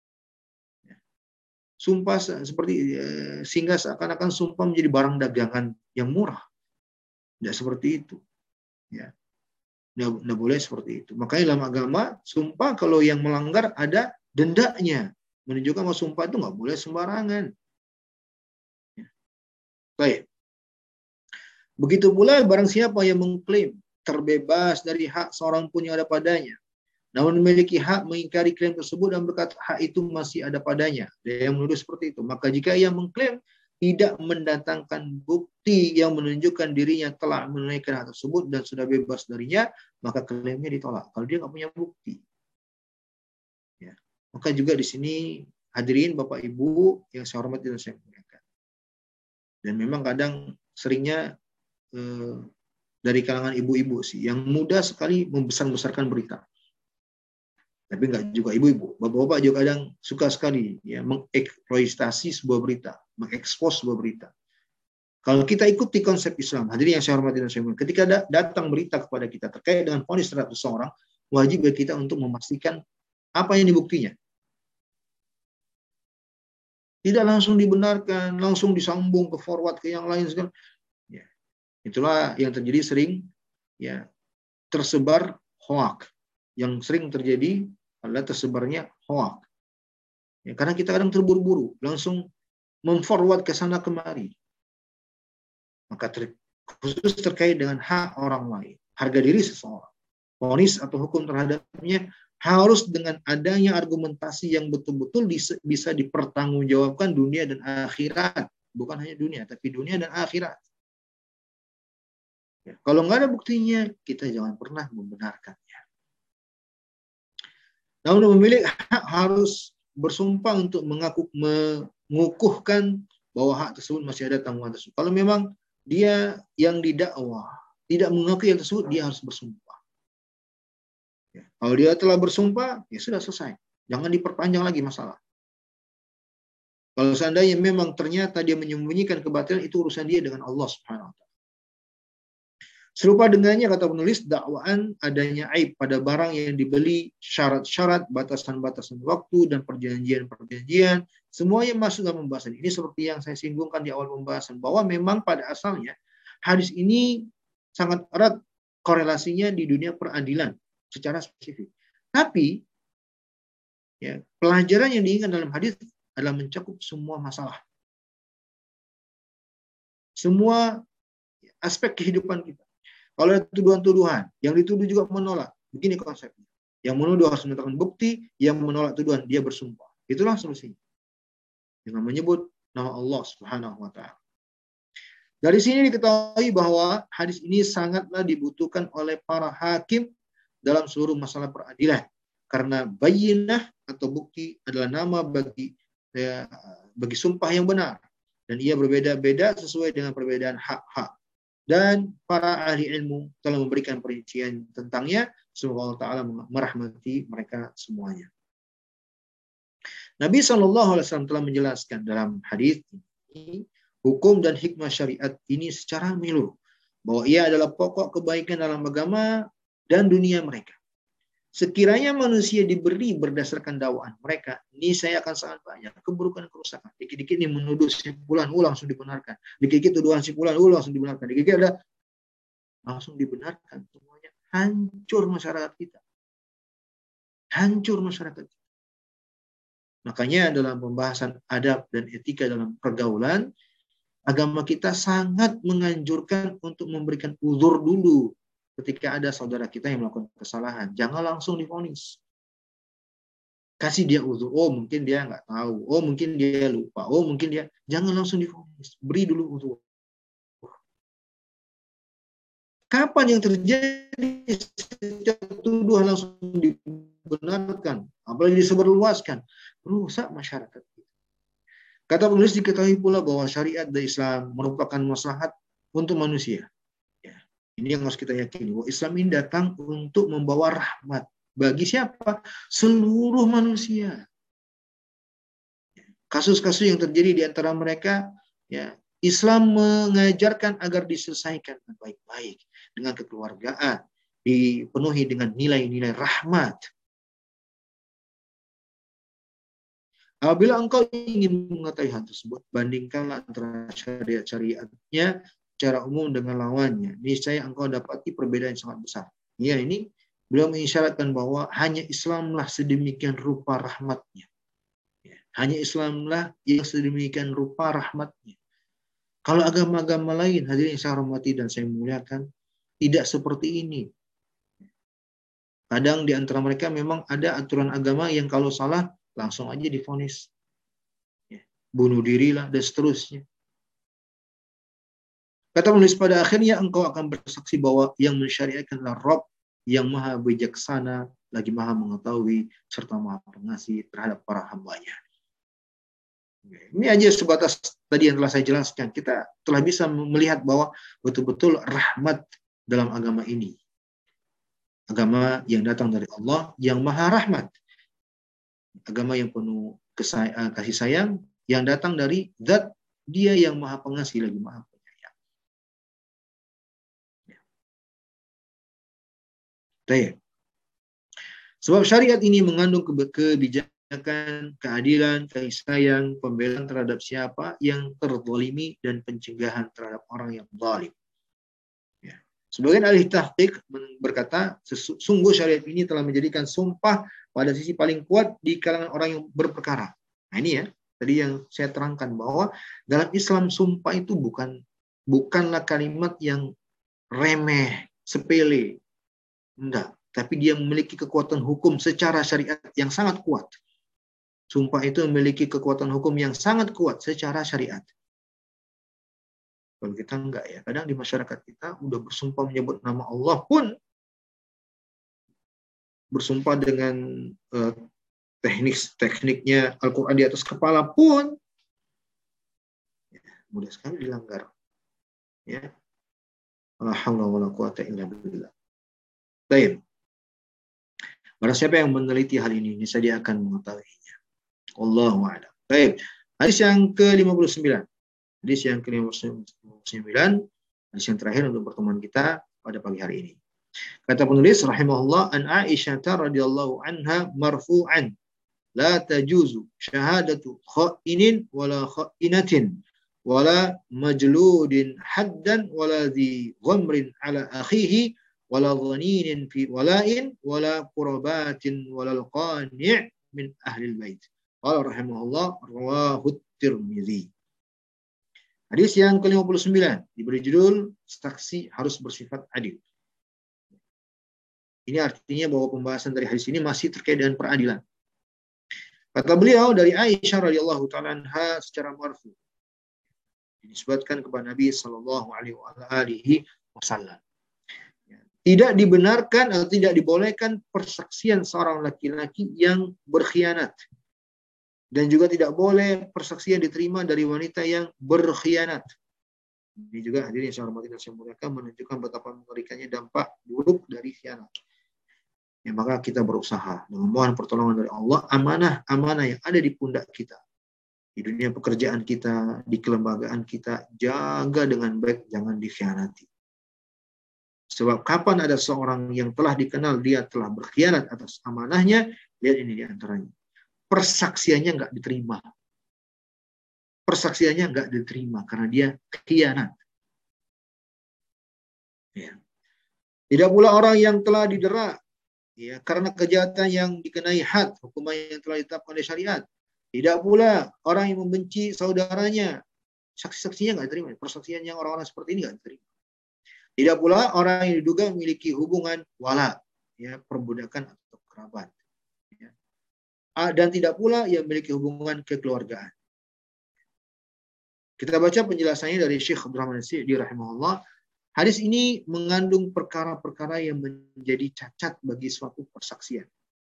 Sumpah seperti sehingga seakan-akan sumpah menjadi barang dagangan yang murah. Tidak seperti itu. Ya. Tidak boleh seperti itu. Makanya dalam agama, sumpah kalau yang melanggar ada dendanya. Menunjukkan bahwa sumpah itu nggak boleh sembarangan. Ya. Baik. Begitu pula barang siapa yang mengklaim terbebas dari hak seorang pun yang ada padanya, namun memiliki hak mengingkari klaim tersebut dan berkata hak itu masih ada padanya. Dia yang menuduh seperti itu. Maka jika ia mengklaim tidak mendatangkan bukti yang menunjukkan dirinya telah menunaikan hak tersebut dan sudah bebas darinya, maka klaimnya ditolak. Kalau dia nggak punya bukti. Ya. Maka juga di sini hadirin Bapak Ibu yang saya hormati dan saya muliakan. Dan memang kadang seringnya dari kalangan ibu-ibu sih yang mudah sekali membesar-besarkan berita. Tapi enggak juga ibu-ibu. Bapak-bapak juga kadang suka sekali mengeksploitasi sebuah berita, mengekspos sebuah berita. Kalau kita ikuti konsep Islam, hadirin yang saya hormati dan saya muliakan, ketika datang berita kepada kita terkait dengan vonis terhadap seseorang, wajib bagi kita untuk memastikan apa yang dibuktinya. Tidak langsung dibenarkan, langsung disambung ke forward ke yang lain segala. Ya. Itulah yang terjadi sering tersebar hoak. Yang sering terjadi adalah tersebarnya hoak. Ya, karena kita kadang terburu-buru, langsung memforward ke sana kemari. Maka khusus terkait dengan hak orang lain, harga diri seseorang, vonis atau hukum terhadapnya harus dengan adanya argumentasi yang betul-betul bisa dipertanggungjawabkan dunia dan akhirat. bukan hanya dunia, tapi dunia dan akhirat. Ya, kalau nggak ada buktinya, kita jangan pernah membenarkannya. Namun pemilik hak harus bersumpah untuk mengukuhkan bahwa hak tersebut masih ada tanggungan tersebut. Kalau memang dia yang didakwa tidak mengakui yang tersebut, dia harus bersumpah. Ya, kalau dia telah bersumpah, ya sudah selesai. Jangan diperpanjang lagi masalah. Kalau seandainya memang ternyata dia menyembunyikan kebatilan, itu urusan dia dengan Allah Subhanahu wa taala. Serupa dengannya, kata penulis, dakwaan adanya aib pada barang yang dibeli, syarat-syarat, batasan-batasan waktu, dan perjanjian-perjanjian, semuanya masuk dalam pembahasan ini. Seperti yang saya singgungkan di awal pembahasan, bahwa memang pada asalnya hadis ini sangat erat korelasinya di dunia peradilan secara spesifik. Tapi ya, pelajaran yang diinginkan dalam hadis adalah mencakup semua masalah, semua aspek kehidupan kita. Kalau ada tuduhan-tuduhan, yang dituduh juga menolak. Begini konsepnya. Yang menuduh harus menetapkan bukti, yang menolak tuduhan, dia bersumpah. Itulah solusinya. Dengan menyebut nama Allah Subhanahu wa taala. Dari sini diketahui bahwa hadis ini sangatlah dibutuhkan oleh para hakim dalam seluruh masalah peradilan. Karena bayyinah atau bukti adalah nama bagi sumpah yang benar. Dan ia berbeda-beda sesuai dengan perbedaan hak-hak. Dan para ahli ilmu telah memberikan perincian tentangnya. Semoga Allah Ta'ala merahmati mereka semuanya. Nabi SAW telah menjelaskan dalam hadis ini, hukum dan hikmah syariat ini secara menyeluruh, bahwa ia adalah pokok kebaikan dalam agama dan dunia mereka. Sekiranya manusia diberi berdasarkan dakwaan mereka, ini saya akan sangat banyak keburukan, kerusakan. Dikit-dikit ini menuduh simpulan, langsung dibenarkan. Dikit-dikit tuduhan simpulan, langsung dibenarkan. Dikit-dikit ada, langsung dibenarkan. Semuanya hancur masyarakat kita. Hancur masyarakat kita. Makanya dalam pembahasan adab dan etika dalam pergaulan, agama kita sangat menganjurkan untuk memberikan uzur dulu. Ketika ada saudara kita yang melakukan kesalahan, jangan langsung divonis. Kasih dia uzur. Oh, mungkin dia nggak tahu. Oh, mungkin dia lupa. Oh, mungkin dia. Jangan langsung divonis. Beri dulu uzur. Kapan yang terjadi setiap tuduhan langsung dibenarkan, apalagi disebarluaskan, rusak masyarakat. Kata penulis, diketahui pula bahwa syariat dari Islam merupakan maslahat untuk manusia. Ini yang harus kita yakini, bahwa Islam ini datang untuk membawa rahmat. Bagi siapa? Seluruh manusia. Kasus-kasus yang terjadi di antara mereka, ya, Islam mengajarkan agar diselesaikan dengan baik-baik, dengan kekeluargaan, dipenuhi dengan nilai-nilai rahmat. Apabila engkau ingin mengetahui hal tersebut, bandingkanlah antara syariat-syariatnya secara umum dengan lawannya. Niscaya engkau dapati perbedaan yang sangat besar. Ya, ini beliau mengisyaratkan bahwa hanya Islamlah sedemikian rupa rahmatnya. Ya, hanya Islamlah yang sedemikian rupa rahmatnya. Kalau agama-agama lain, hadirin yang saya hormati dan saya muliakan, tidak seperti ini. Kadang di antara mereka memang ada aturan agama yang kalau salah langsung aja divonis. Ya, bunuh dirilah dan seterusnya. Kata penulis, pada akhirnya engkau akan bersaksi bahwa yang mensyariatkanlah Rabb yang maha bijaksana, lagi maha mengetahui, serta maha pengasih terhadap para hambanya. Ini aja sebatas tadi yang telah saya jelaskan. Kita telah bisa melihat bahwa betul-betul rahmat dalam agama ini. Agama yang datang dari Allah yang maha rahmat. Agama yang penuh kasih sayang yang datang dari zat dia yang maha pengasih lagi maha penyayang. Sebab syariat ini mengandung kebijakan, keadilan, kasih sayang, pembelaan terhadap siapa yang terzalimi dan pencegahan terhadap orang yang zalim. Ya. Sebagian ahli tahqiq berkata, sungguh syariat ini telah menjadikan sumpah pada sisi paling kuat di kalangan orang yang berperkara. Nah ini ya, tadi yang saya terangkan bahwa dalam Islam sumpah itu bukanlah kalimat yang remeh, sepele. Enggak, tapi dia memiliki kekuatan hukum secara syariat yang sangat kuat. Sumpah itu memiliki kekuatan hukum yang sangat kuat secara syariat. Kalau kita enggak ya. Kadang di masyarakat kita udah bersumpah menyebut nama Allah pun, bersumpah dengan tekniknya Al-Quran di atas kepala pun, ya, mudah sekali dilanggar. Ya. La haula wala quwata illa billah. Baik. Barang siapa yang meneliti hal ini, niscaya dia akan mengetahuinya. Allahu a'lam. Baik. Hadis yang ke-59. Hadis yang ke-59, hadis yang terakhir untuk pertemuan kita pada pagi hari ini. Kata penulis rahimahullah, an Aisyah radhiyallahu anha marfu'an, la tajuzu syahadatu kha'inin wala kha'inatin wala majludin haddan wala dhi ghamrin ala akhihi wala dhaninin fi wala'in wala qurabatin wala qani' min ahli al-bait. Qala rahimahullah rawahu Tirmidzi. Hadis yang ke-59 diberi judul saksi harus bersifat adil. Ini artinya bahwa pembahasan dari hadis ini masih terkait dengan peradilan. Kata beliau dari Aisyah radhiyallahu taala anha secara marfu, dinisbatkan kepada Nabi sallallahu alaihi wasallam. Tidak dibenarkan atau tidak dibolehkan persaksian seorang laki-laki yang berkhianat. Dan juga tidak boleh persaksian diterima dari wanita yang berkhianat. Ini juga hadirin yang saya hormati dan saya muliakan menunjukkan betapa mengerikannya dampak buruk dari khianat. Ya, maka kita berusaha dengan mohon pertolongan dari Allah, amanah-amanah yang ada di pundak kita, di dunia pekerjaan kita, di kelembagaan kita, jaga dengan baik, jangan dikhianati. Sebab kapan ada seorang yang telah dikenal dia telah berkhianat atas amanahnya, lihat ini diantaranya. Persaksiannya nggak diterima. Persaksiannya nggak diterima karena dia khianat. Ya. Tidak pula orang yang telah didera, ya, karena kejahatan yang dikenai had, hukuman yang telah ditetapkan oleh syariat. Tidak pula orang yang membenci saudaranya, saksi-saksinya nggak diterima. Persaksian yang orang-orang seperti ini nggak diterima. Tidak pula orang yang diduga memiliki hubungan wala, ya, perbudakan atau kerabat. Ya. Dan tidak pula yang memiliki hubungan kekeluargaan. Kita baca penjelasannya dari Syekh Abdurrahman As-Sa'di rahimahullah. Hadis ini mengandung perkara-perkara yang menjadi cacat bagi suatu persaksian.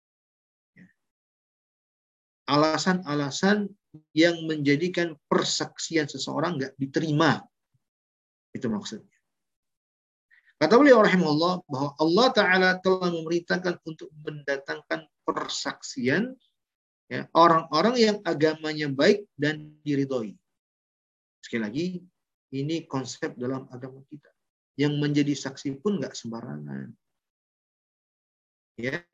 Alasan-alasan yang menjadikan persaksian seseorang nggak diterima. Itu maksudnya. Kata beliau rahimahullah bahwa Allah Ta'ala telah memerintahkan untuk mendatangkan persaksian, ya, orang-orang yang agamanya baik dan diridhoi. Sekali lagi, ini konsep dalam agama kita. Yang menjadi saksi pun nggak sembarangan. Ya.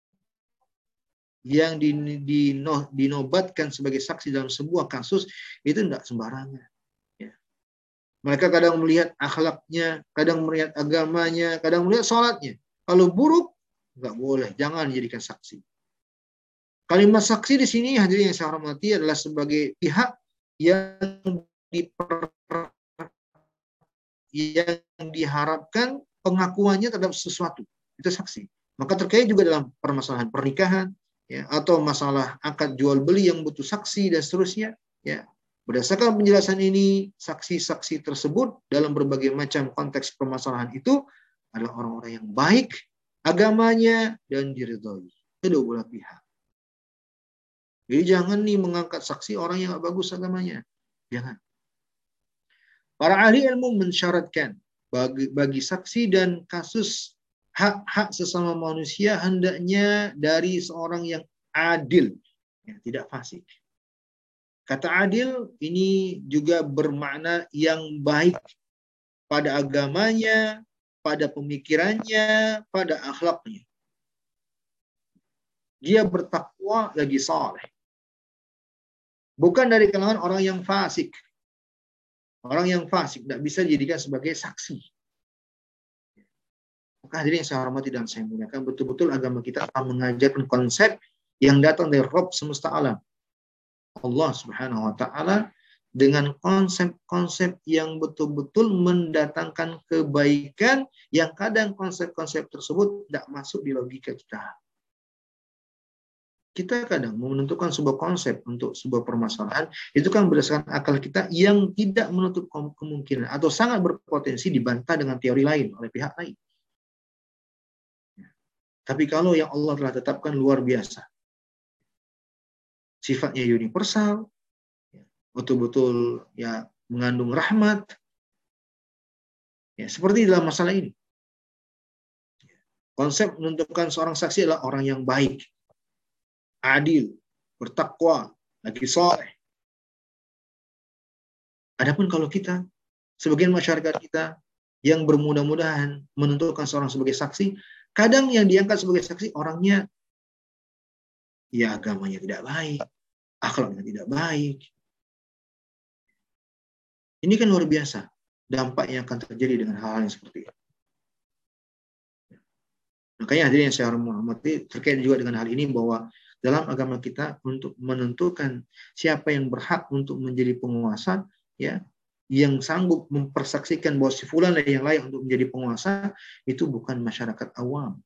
Yang dinobatkan sebagai saksi dalam sebuah kasus itu nggak sembarangan. Ya. Mereka kadang melihat akhlaknya, kadang melihat agamanya, kadang melihat sholatnya. Kalau buruk, nggak boleh, jangan dijadikan saksi. Kalimat saksi di sini hadirin yang saya hormati adalah sebagai pihak yang yang diharapkan pengakuannya terhadap sesuatu. Itu saksi. Maka terkait juga dalam permasalahan pernikahan, ya, atau masalah akad jual beli yang butuh saksi dan seterusnya, ya. Berdasarkan penjelasan ini, saksi-saksi tersebut dalam berbagai macam konteks permasalahan itu adalah orang-orang yang baik agamanya dan diridhoi. Kedua belah pihak. Jadi jangan nih mengangkat saksi orang yang nggak bagus agamanya. Jangan. Para ahli ilmu mensyaratkan bagi saksi dan kasus hak-hak sesama manusia hendaknya dari seorang yang adil, ya, tidak fasik. Kata adil ini juga bermakna yang baik pada agamanya, pada pemikirannya, pada akhlaknya. Dia bertakwa lagi saleh. Bukan dari kalangan orang yang fasik. Orang yang fasik tidak bisa dijadikan sebagai saksi. Maka hadirin yang saya hormati dan saya muliakan, betul-betul agama kita akan mengajarkan konsep yang datang dari Rabb semesta alam. Allah Subhanahu wa Ta'ala dengan konsep-konsep yang betul-betul mendatangkan kebaikan yang kadang konsep-konsep tersebut tidak masuk di logika kita. Kita kadang mau menentukan sebuah konsep untuk sebuah permasalahan, itu kan berdasarkan akal kita yang tidak menutup kemungkinan atau sangat berpotensi dibantah dengan teori lain oleh pihak lain. Tapi kalau yang Allah telah tetapkan luar biasa, sifatnya universal, betul-betul ya mengandung rahmat, ya seperti dalam masalah ini. Konsep menentukan seorang saksi adalah orang yang baik, adil, bertakwa, lagi soleh. Adapun kalau kita, sebagian masyarakat kita yang bermudah-mudahan menentukan seorang sebagai saksi, kadang yang diangkat sebagai saksi orangnya ya agamanya tidak baik, akhlaknya tidak baik. Ini kan luar biasa dampak yang akan terjadi dengan hal-hal yang seperti ini. Makanya hadirin yang saya hormati, terkait juga dengan hal ini bahwa dalam agama kita untuk menentukan siapa yang berhak untuk menjadi penguasa, ya, yang sanggup mempersaksikan bahwa si fulan yang layak untuk menjadi penguasa itu bukan masyarakat awam,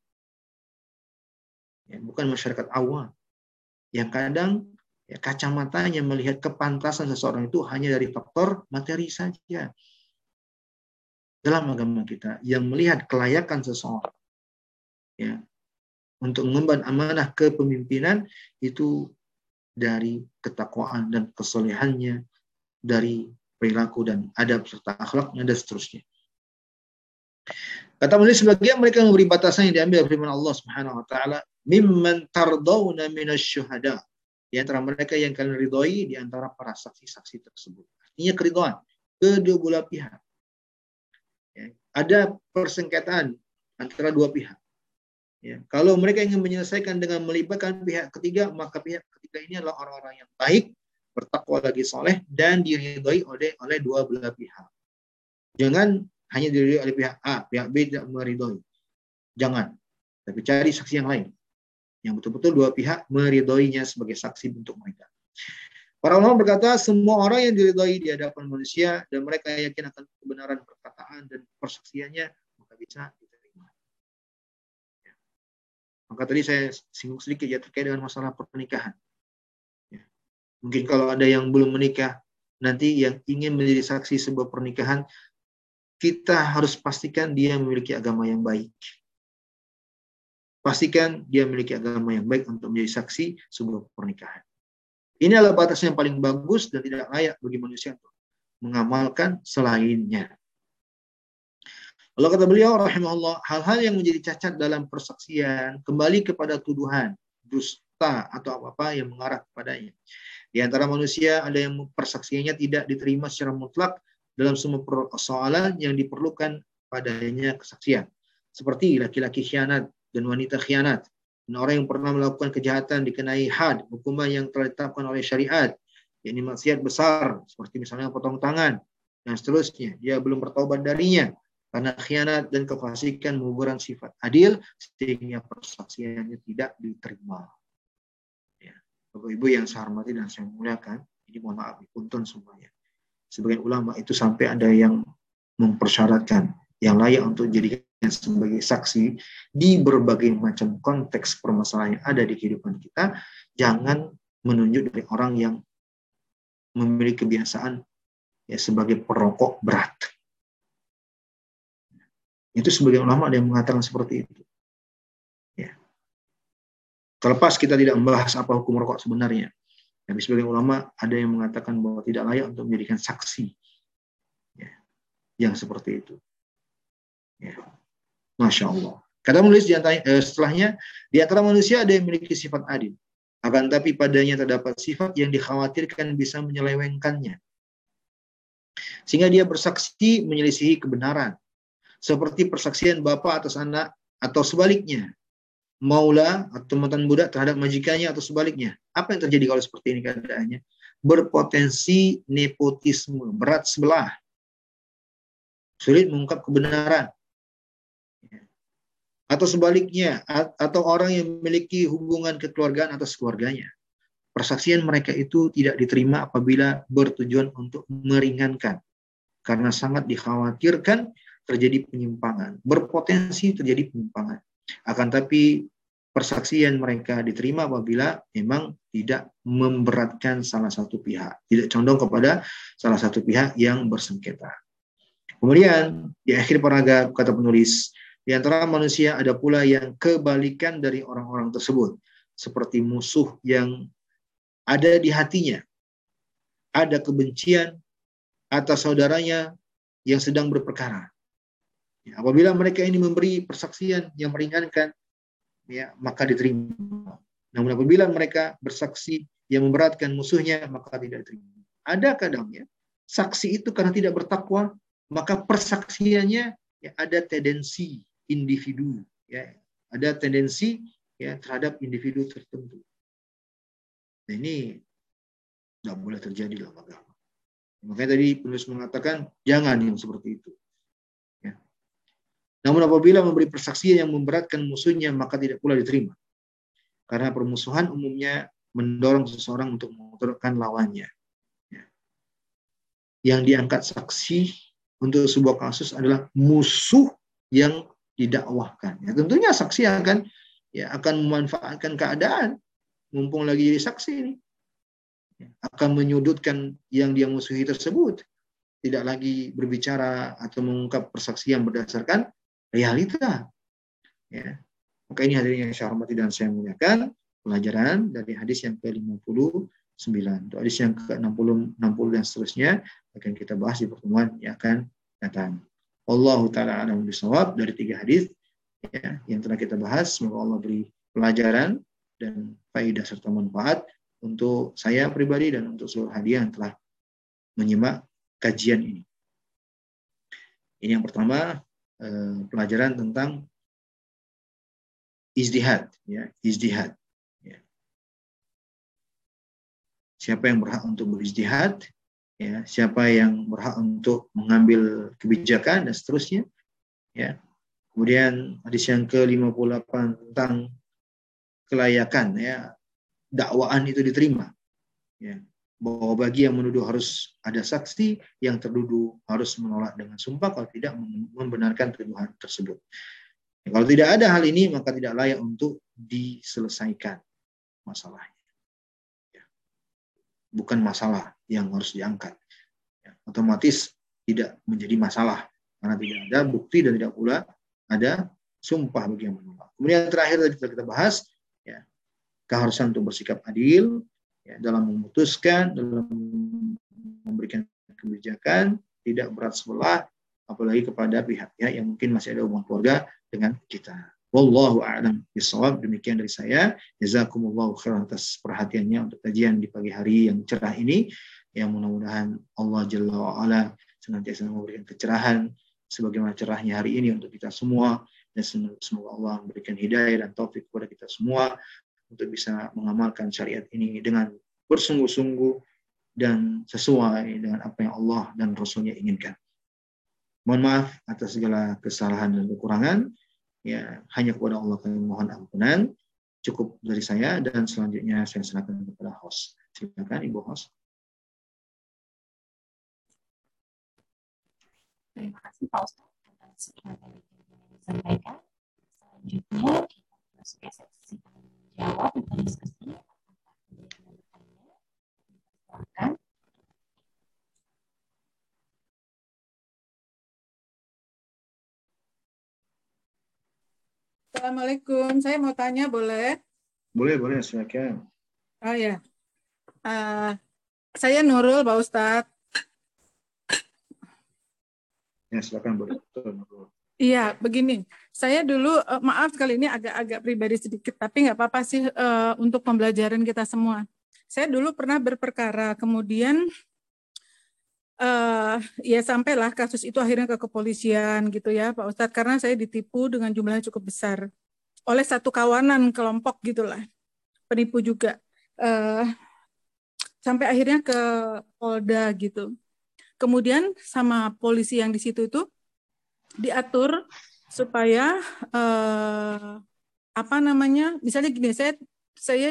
ya, bukan masyarakat awam yang kadang ya, kacamatanya melihat kepantasan seseorang itu hanya dari faktor materi saja. Dalam agama kita yang melihat kelayakan seseorang, ya, untuk mengemban amanah kepemimpinan itu dari ketakwaan dan kesolehannya, dari perilaku dan adab serta akhlaknya dan seterusnya. Kata menulis, sebagian mereka memberi batasan yang diambil dari firman Allah Subhanahu wa taala, mimman tardawna minasyuhada. Di antara mereka yang kalian ridhoi di antara para saksi-saksi tersebut. Artinya keridhaan kedua belah pihak. Ya, ada persengketaan antara dua pihak. Ya, kalau mereka ingin menyelesaikan dengan melibatkan pihak ketiga, maka pihak ketiga ini adalah orang-orang yang baik, bertakwa lagi soleh, dan diridhoi oleh dua belah pihak. Jangan hanya diridhoi oleh pihak A, pihak B tidak meridhoi. Jangan. Tapi cari saksi yang lain. Yang betul-betul dua pihak meridhoinya sebagai saksi untuk mereka. Para ulama berkata, semua orang yang diridhoi di hadapan manusia, dan mereka yakin akan kebenaran perkataan dan persaksiannya, maka bisa diterima. Maka tadi saya singgung sedikit ya terkait dengan masalah pernikahan. Ya. Mungkin kalau ada yang belum menikah, nanti yang ingin menjadi saksi sebuah pernikahan, kita harus pastikan dia memiliki agama yang baik. Pastikan dia memiliki agama yang baik untuk menjadi saksi sebuah pernikahan. Ini adalah batas yang paling bagus dan tidak layak bagi manusia untuk mengamalkan selainnya. Kalau kata beliau rahimahullah, hal-hal yang menjadi cacat dalam persaksian kembali kepada tuduhan, dusta atau apa-apa yang mengarah kepadanya. Di antara manusia ada yang persaksiannya tidak diterima secara mutlak dalam semua persoalan yang diperlukan padanya kesaksian. Seperti laki-laki khianat dan wanita khianat. Dan orang yang pernah melakukan kejahatan dikenai had, hukuman yang telah ditetapkan oleh syariat, yakni maksiat besar, seperti misalnya potong tangan, dan seterusnya. Dia belum bertaubat darinya. Karena khianat dan kefasikan menggugurkan sifat adil sehingga persaksiannya tidak diterima. Ya. Bapak Ibu yang saya hormati dan saya muliakan, ini mohon maaf dituntun semuanya. Sebagian ulama itu sampai ada yang mempersyaratkan yang layak untuk dijadikan sebagai saksi di berbagai macam konteks permasalahan yang ada di kehidupan kita, jangan menunjuk dari orang yang memiliki kebiasaan ya sebagai perokok berat. Itu sebagian ulama ada yang mengatakan seperti itu. Ya. Terlepas kita tidak membahas apa hukum rokok sebenarnya, tapi sebagian ulama ada yang mengatakan bahwa tidak layak untuk menjadikan saksi ya, yang seperti itu. Ya. Masya Allah. Kata menulis setelahnya, di antara manusia ada yang memiliki sifat adil. Akan tapi padanya terdapat sifat yang dikhawatirkan bisa menyelewengkannya. Sehingga dia bersaksi menyelisihi kebenaran. Seperti persaksian bapak atas anak atau sebaliknya. Maula atau mantan budak terhadap majikannya atau sebaliknya. Apa yang terjadi kalau seperti ini keadaannya? Berpotensi nepotisme, berat sebelah. Sulit mengungkap kebenaran. Atau sebaliknya, atau orang yang memiliki hubungan kekeluargaan atas keluarganya. Persaksian mereka itu tidak diterima apabila bertujuan untuk meringankan. Karena sangat dikhawatirkan terjadi penyimpangan. Berpotensi terjadi penyimpangan. Akan tapi persaksian mereka diterima apabila memang tidak memberatkan salah satu pihak, tidak condong kepada salah satu pihak yang bersengketa. Kemudian di akhir paragraf kata penulis, di antara manusia ada pula yang kebalikan dari orang-orang tersebut, seperti musuh yang ada di hatinya, ada kebencian atas saudaranya yang sedang berperkara. Ya, apabila mereka ini memberi persaksian yang meringankan, ya, maka diterima. Namun apabila mereka bersaksi yang memberatkan musuhnya, maka tidak diterima. Ada kadangnya saksi itu karena tidak bertakwa, maka persaksiannya ya, ada tendensi individu, ya, ada tendensi ya terhadap individu tertentu. Nah, ini tidak boleh terjadi dalam agama. Makanya tadi penulis mengatakan jangan yang seperti itu. Ya. Namun apabila memberi persaksian yang memberatkan musuhnya, maka tidak pula diterima. Karena permusuhan umumnya mendorong seseorang untuk menguturkan lawannya. Ya. Yang diangkat saksi untuk sebuah kasus adalah musuh yang didakwahkan. Ya, tentunya saksi akan memanfaatkan keadaan, mumpung lagi jadi saksi ini. Akan menyudutkan yang dia musuhi tersebut, tidak lagi berbicara atau mengungkap persaksian berdasarkan realita. Ya. Maka ini hadirin yang saya hormati dan saya muliakan, pelajaran dari hadis yang ke-59. Untuk hadis yang ke-60, 60 dan seterusnya akan kita bahas di pertemuan yang akan datang. Wallahu ta'ala a'lam bishawab. Dari 3 hadis ya, yang telah kita bahas, semoga Allah beri pelajaran dan faedah serta manfaat untuk saya pribadi dan untuk seluruh hadiah yang telah menyimak kajian ini. Ini yang pertama, pelajaran tentang ijtihad, ya, ijtihad. Ya. Siapa yang berhak untuk berijtihad, ya, siapa yang berhak untuk mengambil kebijakan dan seterusnya, ya. Kemudian hadis yang ke-58 tentang kelayakan, ya, dakwaan itu diterima, ya, bahwa bagi yang menuduh harus ada saksi, yang tertuduh harus menolak dengan sumpah kalau tidak membenarkan tuduhan tersebut. Ya, kalau tidak ada hal ini maka tidak layak untuk diselesaikan masalahnya. Ya. Bukan masalah yang harus diangkat. Ya. Otomatis tidak menjadi masalah karena tidak ada bukti dan tidak pula ada sumpah bagi yang menolak. Kemudian yang terakhir tadi kita bahas, ya, keharusan untuk bersikap adil, ya, dalam memutuskan, dalam memberikan kebijakan, tidak berat sebelah, apalagi kepada pihak-pihak yang mungkin masih ada hubungan keluarga dengan kita. Wallahu a'lam bishawab. Demikian dari saya. Jazakumullahu khairan atas perhatiannya untuk kajian di pagi hari yang cerah ini. Yang mudah-mudahan Allah Jalla wa'ala senantiasa memberikan kecerahan sebagaimana cerahnya hari ini untuk kita semua. Dan semoga Allah memberikan hidayah dan taufik kepada kita semua untuk bisa mengamalkan syariat ini dengan bersungguh-sungguh dan sesuai dengan apa yang Allah dan Rasulnya inginkan. Mohon maaf atas segala kesalahan dan kekurangan. Ya, hanya kepada Allah kami mohon ampunan. Cukup dari saya dan selanjutnya saya serahkan kepada host. Silakan Ibu host. Terima kasih Pak Ustaz atas sekian yang disampaikan. Selanjutnya kita masuk ke sesi jawab dan diskusi. Silakan. Assalamualaikum, saya mau tanya boleh? Boleh, silakan. Oh ya, saya Nurul Pak Ustadz. Ya, silakan boleh. Iya, begini. Saya dulu, maaf kali ini agak-agak pribadi sedikit, tapi nggak apa-apa sih untuk pembelajaran kita semua. Saya dulu pernah berperkara, kemudian ya sampailah kasus itu akhirnya ke kepolisian gitu ya Pak Ustadz, karena saya ditipu dengan jumlah yang cukup besar oleh satu kawanan kelompok gitulah, penipu juga. Sampai akhirnya ke Polda gitu. Kemudian sama polisi yang di situ itu diatur supaya misalnya gini, saya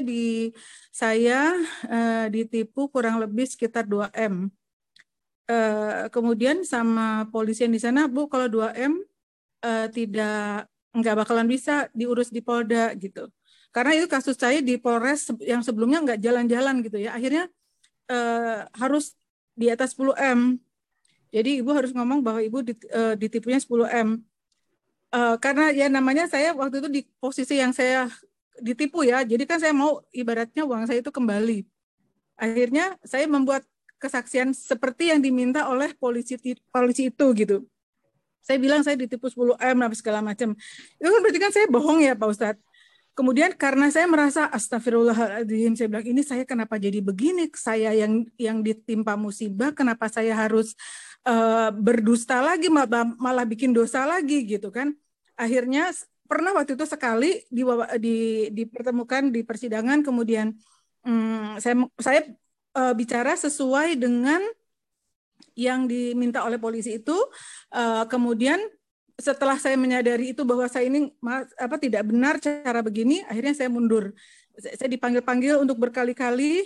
ditipu kurang lebih sekitar 2M. Kemudian sama polisi yang di sana, Bu, kalau 2M nggak bakalan bisa diurus di Polda gitu. Karena itu kasus saya di Polres yang sebelumnya nggak jalan-jalan gitu ya. Akhirnya harus di atas 10M. Jadi ibu harus ngomong bahwa ibu ditipunya 10M. Karena ya namanya saya waktu itu di posisi yang saya ditipu ya. Jadi kan saya mau ibaratnya uang saya itu kembali. Akhirnya saya membuat kesaksian seperti yang diminta oleh polisi itu gitu. Saya bilang saya ditipu 10M apa segala macam. Itu kan berarti kan saya bohong ya Pak Ustadz. Kemudian karena saya merasa astagfirullahaladzim, saya bilang ini saya kenapa jadi begini? Saya yang ditimpa musibah, kenapa saya harus berdusta lagi, malah bikin dosa lagi gitu kan? Akhirnya pernah waktu itu sekali dipertemukan di persidangan, kemudian saya bicara sesuai dengan yang diminta oleh polisi itu, kemudian setelah saya menyadari itu bahwa saya ini tidak benar cara begini, akhirnya saya mundur. Saya dipanggil-panggil untuk berkali-kali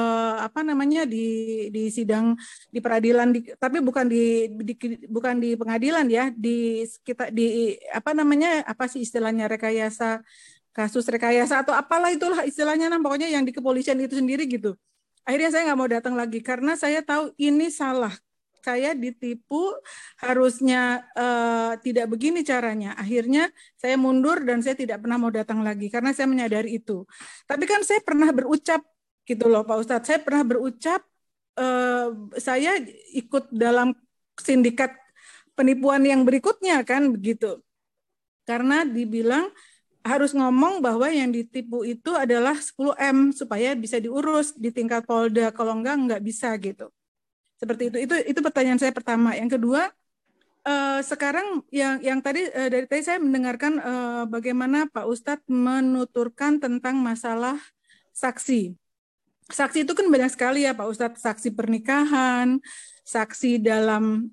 di sidang di peradilan, tapi bukan di pengadilan ya, apa sih istilahnya, kasus rekayasa atau apalah itulah istilahnya, pokoknya yang di kepolisian itu sendiri gitu. Akhirnya saya nggak mau datang lagi karena saya tahu ini salah. Saya ditipu, harusnya tidak begini caranya. Akhirnya saya mundur dan saya tidak pernah mau datang lagi karena saya menyadari itu. Tapi kan saya pernah berucap gitu loh Pak Ustadz. Saya pernah berucap saya ikut dalam sindikat penipuan yang berikutnya kan begitu. Karena dibilang harus ngomong bahwa yang ditipu itu adalah 10M supaya bisa diurus di tingkat Polda. Kalau enggak bisa gitu. Seperti itu. Itu pertanyaan saya pertama. Yang kedua, sekarang yang tadi dari tadi saya mendengarkan bagaimana Pak Ustadz menuturkan tentang masalah saksi. Saksi itu kan banyak sekali ya Pak Ustadz, saksi pernikahan, saksi dalam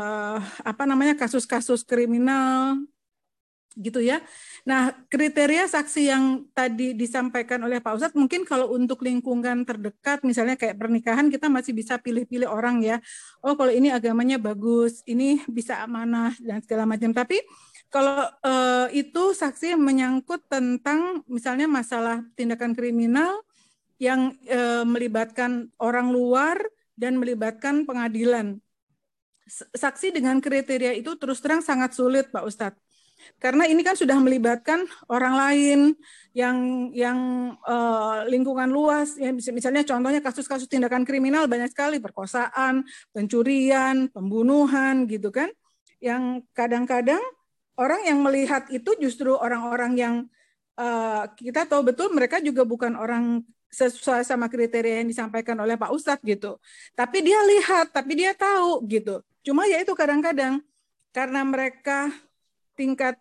kasus-kasus kriminal gitu ya. Nah, kriteria saksi yang tadi disampaikan oleh Pak Ustadz, mungkin kalau untuk lingkungan terdekat, misalnya kayak pernikahan, kita masih bisa pilih-pilih orang ya. Oh, kalau ini agamanya bagus, ini bisa amanah, dan segala macam. Tapi kalau itu saksi menyangkut tentang misalnya masalah tindakan kriminal yang melibatkan orang luar dan melibatkan pengadilan. Saksi dengan kriteria itu terus terang sangat sulit, Pak Ustadz. Karena ini kan sudah melibatkan orang lain yang lingkungan luas, ya, misalnya contohnya kasus-kasus tindakan kriminal banyak sekali, perkosaan, pencurian, pembunuhan gitu kan, yang kadang-kadang orang yang melihat itu justru orang-orang yang kita tahu betul mereka juga bukan orang sesuai sama kriteria yang disampaikan oleh Pak Ustadz gitu, tapi dia lihat, tapi dia tahu gitu. Cuma ya itu kadang-kadang karena mereka tingkat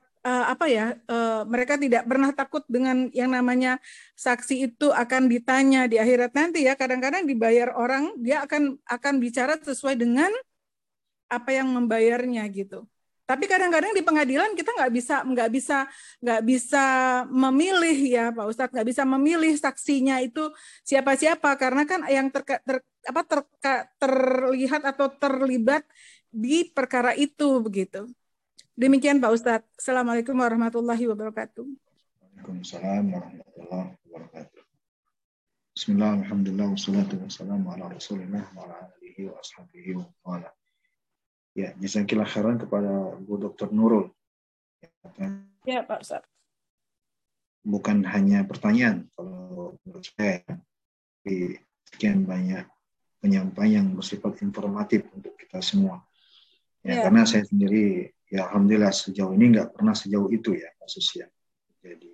mereka tidak pernah takut dengan yang namanya saksi itu akan ditanya di akhirat nanti ya. Kadang-kadang dibayar orang, dia akan bicara sesuai dengan apa yang membayarnya gitu. Tapi kadang-kadang di pengadilan kita nggak bisa memilih ya Pak Ustadz, nggak bisa memilih saksinya itu siapa-siapa karena kan yang terlihat atau terlibat di perkara itu begitu. Demikian Pak Ustadz. Assalamualaikum warahmatullahi wabarakatuh. Waalaikumsalam warahmatullahi wabarakatuh. Bismillah, alhamdulillah, wassalatu wassalamu ala rasulillah wa ala alihi wa ashabihi wa wala. Ya, jazakillah khairan kepada Bu Dr. Nurul. Ya Pak Ustadz. Bukan hanya pertanyaan, kalau menurut saya, di sekian banyak penyampaian yang bersifat informatif untuk kita semua. Ya. Karena saya sendiri ya alhamdulillah sejauh ini nggak pernah sejauh itu ya kasus yang jadi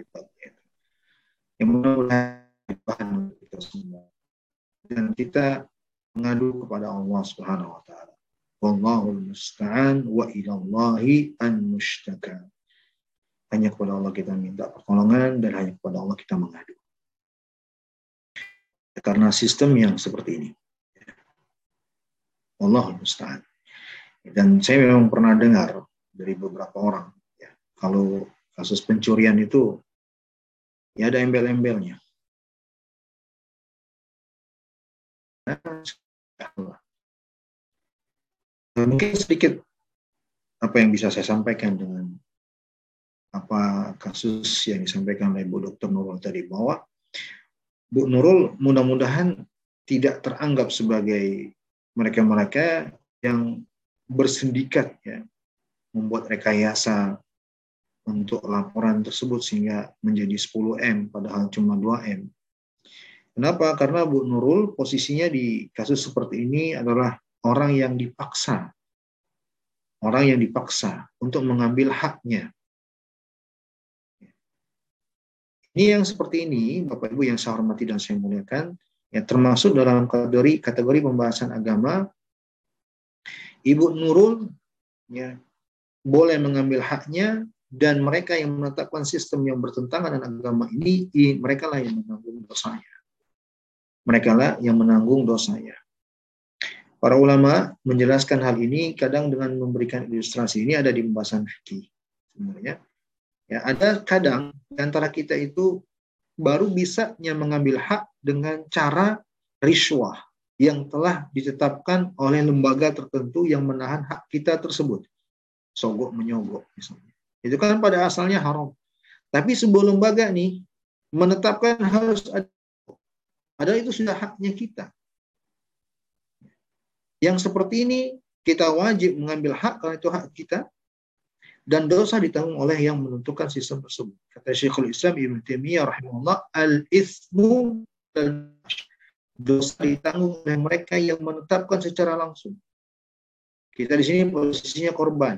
yang mudah-mudahan bahan kita semua dan kita mengadu kepada Allah Subhanahu Wa Taala. Wallahul musta'an wa ilallahi an-mushtaka. Hanya kepada Allah kita minta pertolongan dan hanya kepada Allah kita mengadu. Karena sistem yang seperti ini. Wallahul musta'an. Dan saya memang pernah dengar dari beberapa orang, ya, kalau kasus pencurian itu, ya ada embel-embelnya. Mungkin sedikit apa yang bisa saya sampaikan dengan apa kasus yang disampaikan oleh Bu Dr. Nurul tadi, bahwa Bu Nurul mudah-mudahan tidak teranggap sebagai mereka-mereka yang bersindikat ya, membuat rekayasa untuk laporan tersebut sehingga menjadi 10M padahal cuma 2M. Kenapa? Karena Bu Nurul posisinya di kasus seperti ini adalah orang yang dipaksa untuk mengambil haknya. Ini yang seperti ini, Bapak Ibu yang saya hormati dan saya muliakan, ya termasuk dalam kategori pembahasan agama. Ibu Nurul ya boleh mengambil haknya, dan mereka yang menetapkan sistem yang bertentangan dengan agama ini, mereka lah yang menanggung dosanya. Mereka lah yang menanggung dosanya. Para ulama menjelaskan hal ini kadang dengan memberikan ilustrasi. Ini ada di pembahasan fikih sebenarnya. Ya, ada kadang di antara kita itu baru bisanya mengambil hak dengan cara riswah yang telah ditetapkan oleh lembaga tertentu yang menahan hak kita tersebut. Sogok menyogok misalnya. Itu kan pada asalnya haram. Tapi sebuah lembaga nih menetapkan harus ada, padahal itu sudah haknya kita. Yang seperti ini kita wajib mengambil hak karena itu hak kita, dan dosa ditanggung oleh yang menentukan sistem tersebut. Kata Syekhul Islam Ibnu Taimiyah rahimahullah, al-itsmu dan dosa ditanggung oleh mereka yang menetapkan secara langsung. Kita di sini posisinya korban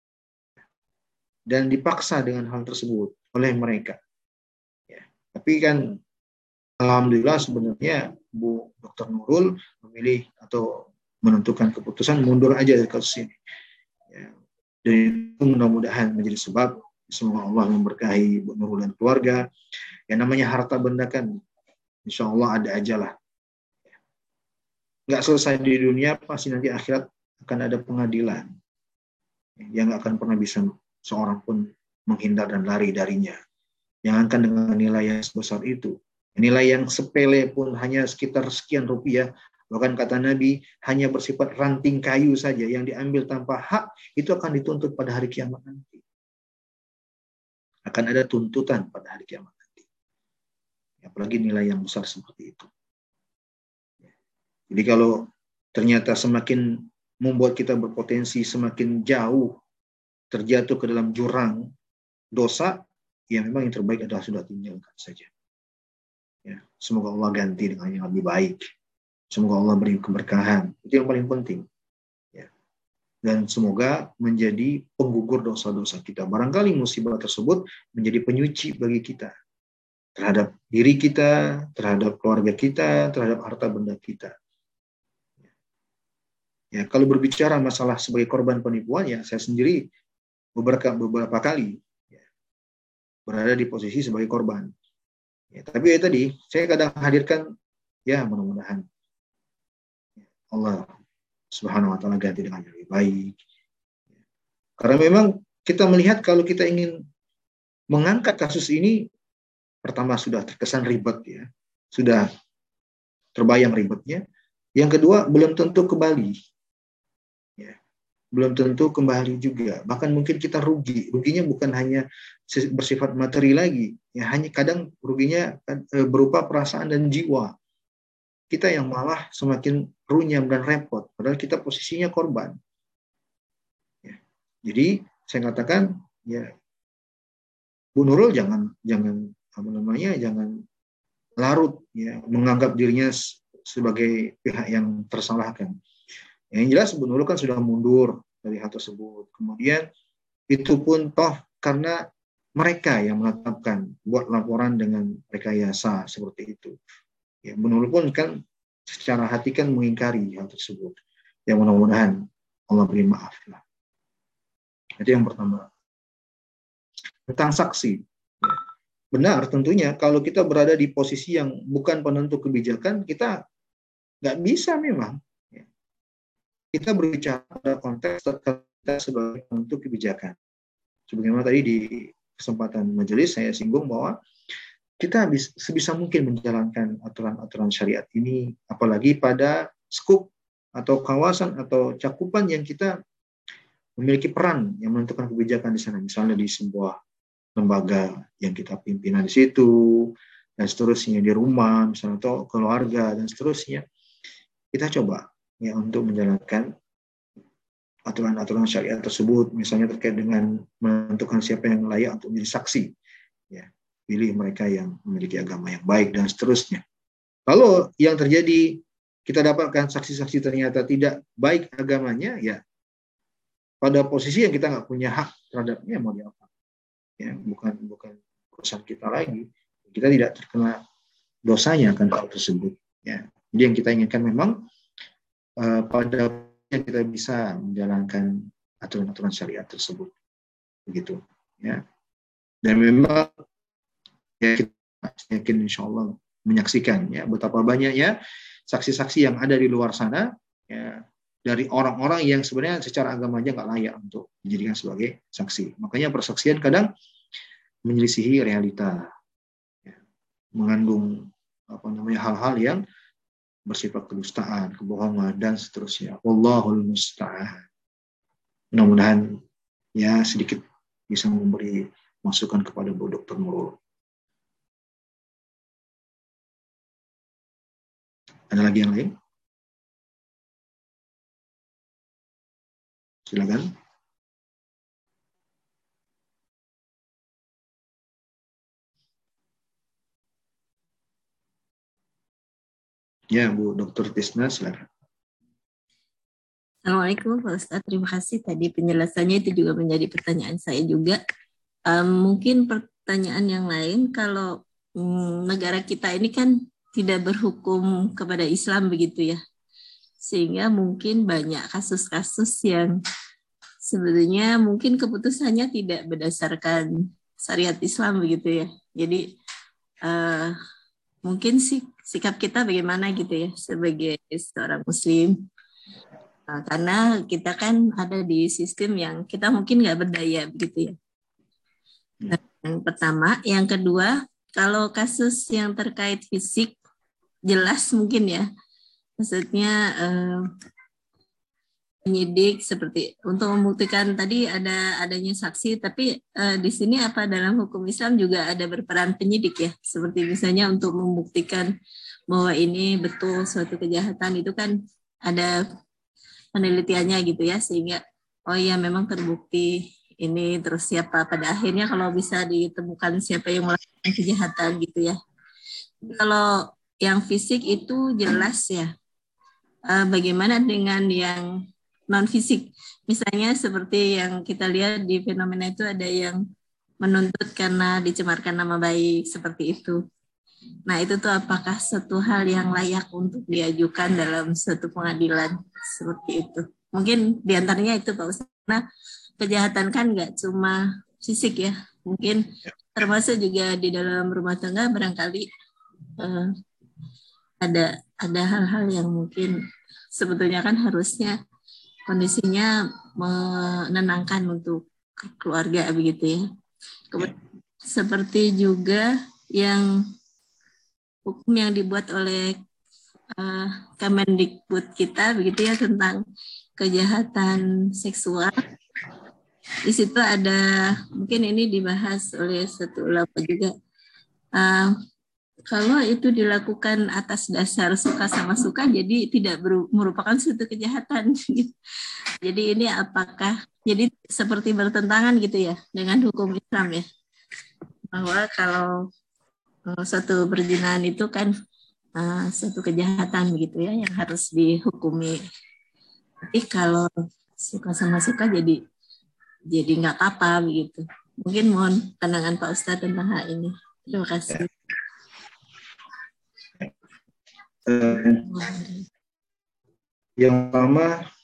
dan dipaksa dengan hal tersebut oleh mereka. Ya. Tapi kan alhamdulillah sebenarnya Bu Dr. Nurul memilih atau menentukan keputusan mundur aja dari kasus ini. Ya. Dan itu mudah-mudahan menjadi sebab semoga Allah memberkahi Bu Nurul dan keluarga. Yang namanya harta benda kan insya Allah ada aja lah. Nggak selesai di dunia, pasti nanti akhirat akan ada pengadilan yang nggak akan pernah bisa seorang pun menghindar dan lari darinya. Jangankan dengan nilai yang sebesar itu, nilai yang sepele pun hanya sekitar sekian rupiah, bahkan kata Nabi hanya bersifat ranting kayu saja yang diambil tanpa hak, itu akan dituntut pada hari kiamat nanti. Akan ada tuntutan pada hari kiamat nanti. Apalagi nilai yang besar seperti itu. Jadi kalau ternyata semakin membuat kita berpotensi semakin jauh terjatuh ke dalam jurang dosa, ya memang yang terbaik adalah sudah tinggalkan saja. Ya, semoga Allah ganti dengan yang lebih baik. Semoga Allah beri keberkahan. Itu yang paling penting. Ya. Dan semoga menjadi penggugur dosa-dosa kita. Barangkali musibah tersebut menjadi penyuci bagi kita. Terhadap diri kita, terhadap keluarga kita, terhadap harta benda kita. Ya, kalau berbicara masalah sebagai korban penipuan, ya saya sendiri beberapa kali ya, berada di posisi sebagai korban. Ya, tapi ya tadi, saya kadang hadirkan, ya mudah-mudahan Allah Subhanahu wa Ta'ala ganti dengan yang lebih baik. Karena memang kita melihat kalau kita ingin mengangkat kasus ini, pertama sudah terkesan ribet ya, sudah terbayang ribetnya. Yang kedua belum tentu kembali, ya, belum tentu kembali juga. Bahkan mungkin kita ruginya bukan hanya bersifat materi lagi, ya hanya kadang ruginya berupa perasaan dan jiwa. Kita yang malah semakin runyam dan repot, padahal kita posisinya korban. Ya. Jadi saya katakan, ya Bu Nurul jangan larut, ya menganggap dirinya sebagai pihak yang tersalahkan. Yang jelas Bu Nurul kan sudah mundur dari hal tersebut. Kemudian itu pun toh karena mereka yang menetapkan buat laporan dengan rekayasa seperti itu. Ya, Bu Nurul pun kan secara hati kan mengingkari hal tersebut. Yang mudah-mudahan Allah beri maaf lah. Itu yang pertama. Tentang saksi. Ya. Benar tentunya kalau kita berada di posisi yang bukan penentu kebijakan, kita nggak bisa memang. Ya. Kita berbicara pada konteks kita sebagai penentu kebijakan. Sebagaimana tadi di kesempatan majelis saya singgung bahwa kita sebisa mungkin menjalankan aturan-aturan syariat ini, apalagi pada skup atau kawasan atau cakupan yang kita memiliki peran yang menentukan kebijakan di sana. Misalnya di sebuah lembaga yang kita pimpinan di situ, dan seterusnya, di rumah misalnya, atau keluarga dan seterusnya. Kita coba ya untuk menjalankan aturan-aturan syariat tersebut, misalnya terkait dengan menentukan siapa yang layak untuk menjadi saksi, ya, pilih mereka yang memiliki agama yang baik dan seterusnya. Kalau yang terjadi kita dapatkan saksi-saksi ternyata tidak baik agamanya, ya pada posisi yang kita nggak punya hak terhadapnya, mau diapa? Ya, bukan urusan kita lagi. Kita tidak terkena dosanya akan hal tersebut. Ya. Jadi yang kita inginkan memang pada yang kita bisa menjalankan aturan-aturan syariat tersebut, begitu. Ya. Dan memang ya kita yakin insya Allah menyaksikan ya betapa banyaknya saksi-saksi yang ada di luar sana, ya, dari orang-orang yang sebenarnya secara agamanya nggak layak untuk dijadikan sebagai saksi. Makanya persaksian kadang menyelisihi realita, ya, mengandung hal-hal yang bersifat kedustaan, kebohongan dan seterusnya. Wallahul musta'an. Mudah-mudahan ya sedikit bisa memberi masukan kepada Bu Dr. Nurul. Ada lagi yang lain? Silakan. Ya, Bu Dr. Tisna, silakan. Assalamualaikum Pak Ustadz, terima kasih tadi penjelasannya, itu juga menjadi pertanyaan saya juga. Mungkin pertanyaan yang lain, kalau negara kita ini kan tidak berhukum kepada Islam begitu ya, sehingga mungkin banyak kasus-kasus yang sebenarnya mungkin keputusannya tidak berdasarkan syariat Islam begitu ya. Jadi mungkin sikap kita bagaimana gitu ya sebagai seorang Muslim. Karena kita kan ada di sistem yang kita mungkin nggak berdaya begitu ya. Nah, yang pertama, yang kedua, kalau kasus yang terkait fisik jelas mungkin ya, maksudnya penyidik seperti untuk membuktikan tadi adanya saksi, tapi di sini apa dalam hukum Islam juga ada berperan penyidik ya, seperti misalnya untuk membuktikan bahwa ini betul suatu kejahatan, itu kan ada penelitiannya gitu ya, sehingga oh ya memang terbukti ini, terus siapa pada akhirnya kalau bisa ditemukan siapa yang melakukan kejahatan gitu ya. Kalau yang fisik itu jelas ya. Bagaimana dengan yang non fisik? Misalnya seperti yang kita lihat di fenomena itu ada yang menuntut karena dicemarkan nama baik seperti itu. Nah itu tuh apakah satu hal yang layak untuk diajukan dalam suatu pengadilan seperti itu? Mungkin diantaranya itu Pak Ustaz. Nah kejahatan kan nggak cuma fisik ya, mungkin termasuk juga di dalam rumah tangga barangkali ada hal-hal yang mungkin sebetulnya kan harusnya kondisinya menenangkan untuk keluarga begitu ya. Kemudian, seperti juga yang hukum yang dibuat oleh Kemendikbud kita begitu ya tentang kejahatan seksual. Di situ ada, mungkin ini dibahas oleh satu ulama juga, kalau itu dilakukan atas dasar suka sama suka, jadi tidak merupakan suatu kejahatan. Jadi ini apakah jadi seperti bertentangan gitu ya dengan hukum Islam ya, bahwa kalau suatu perzinahan itu kan suatu kejahatan begitu ya yang harus dihukumi. Tapi kalau suka sama suka jadi nggak apa-apa begitu. Mungkin mohon pandangan Pak Ustadz tentang hal ini. Terima kasih. Yang pertama,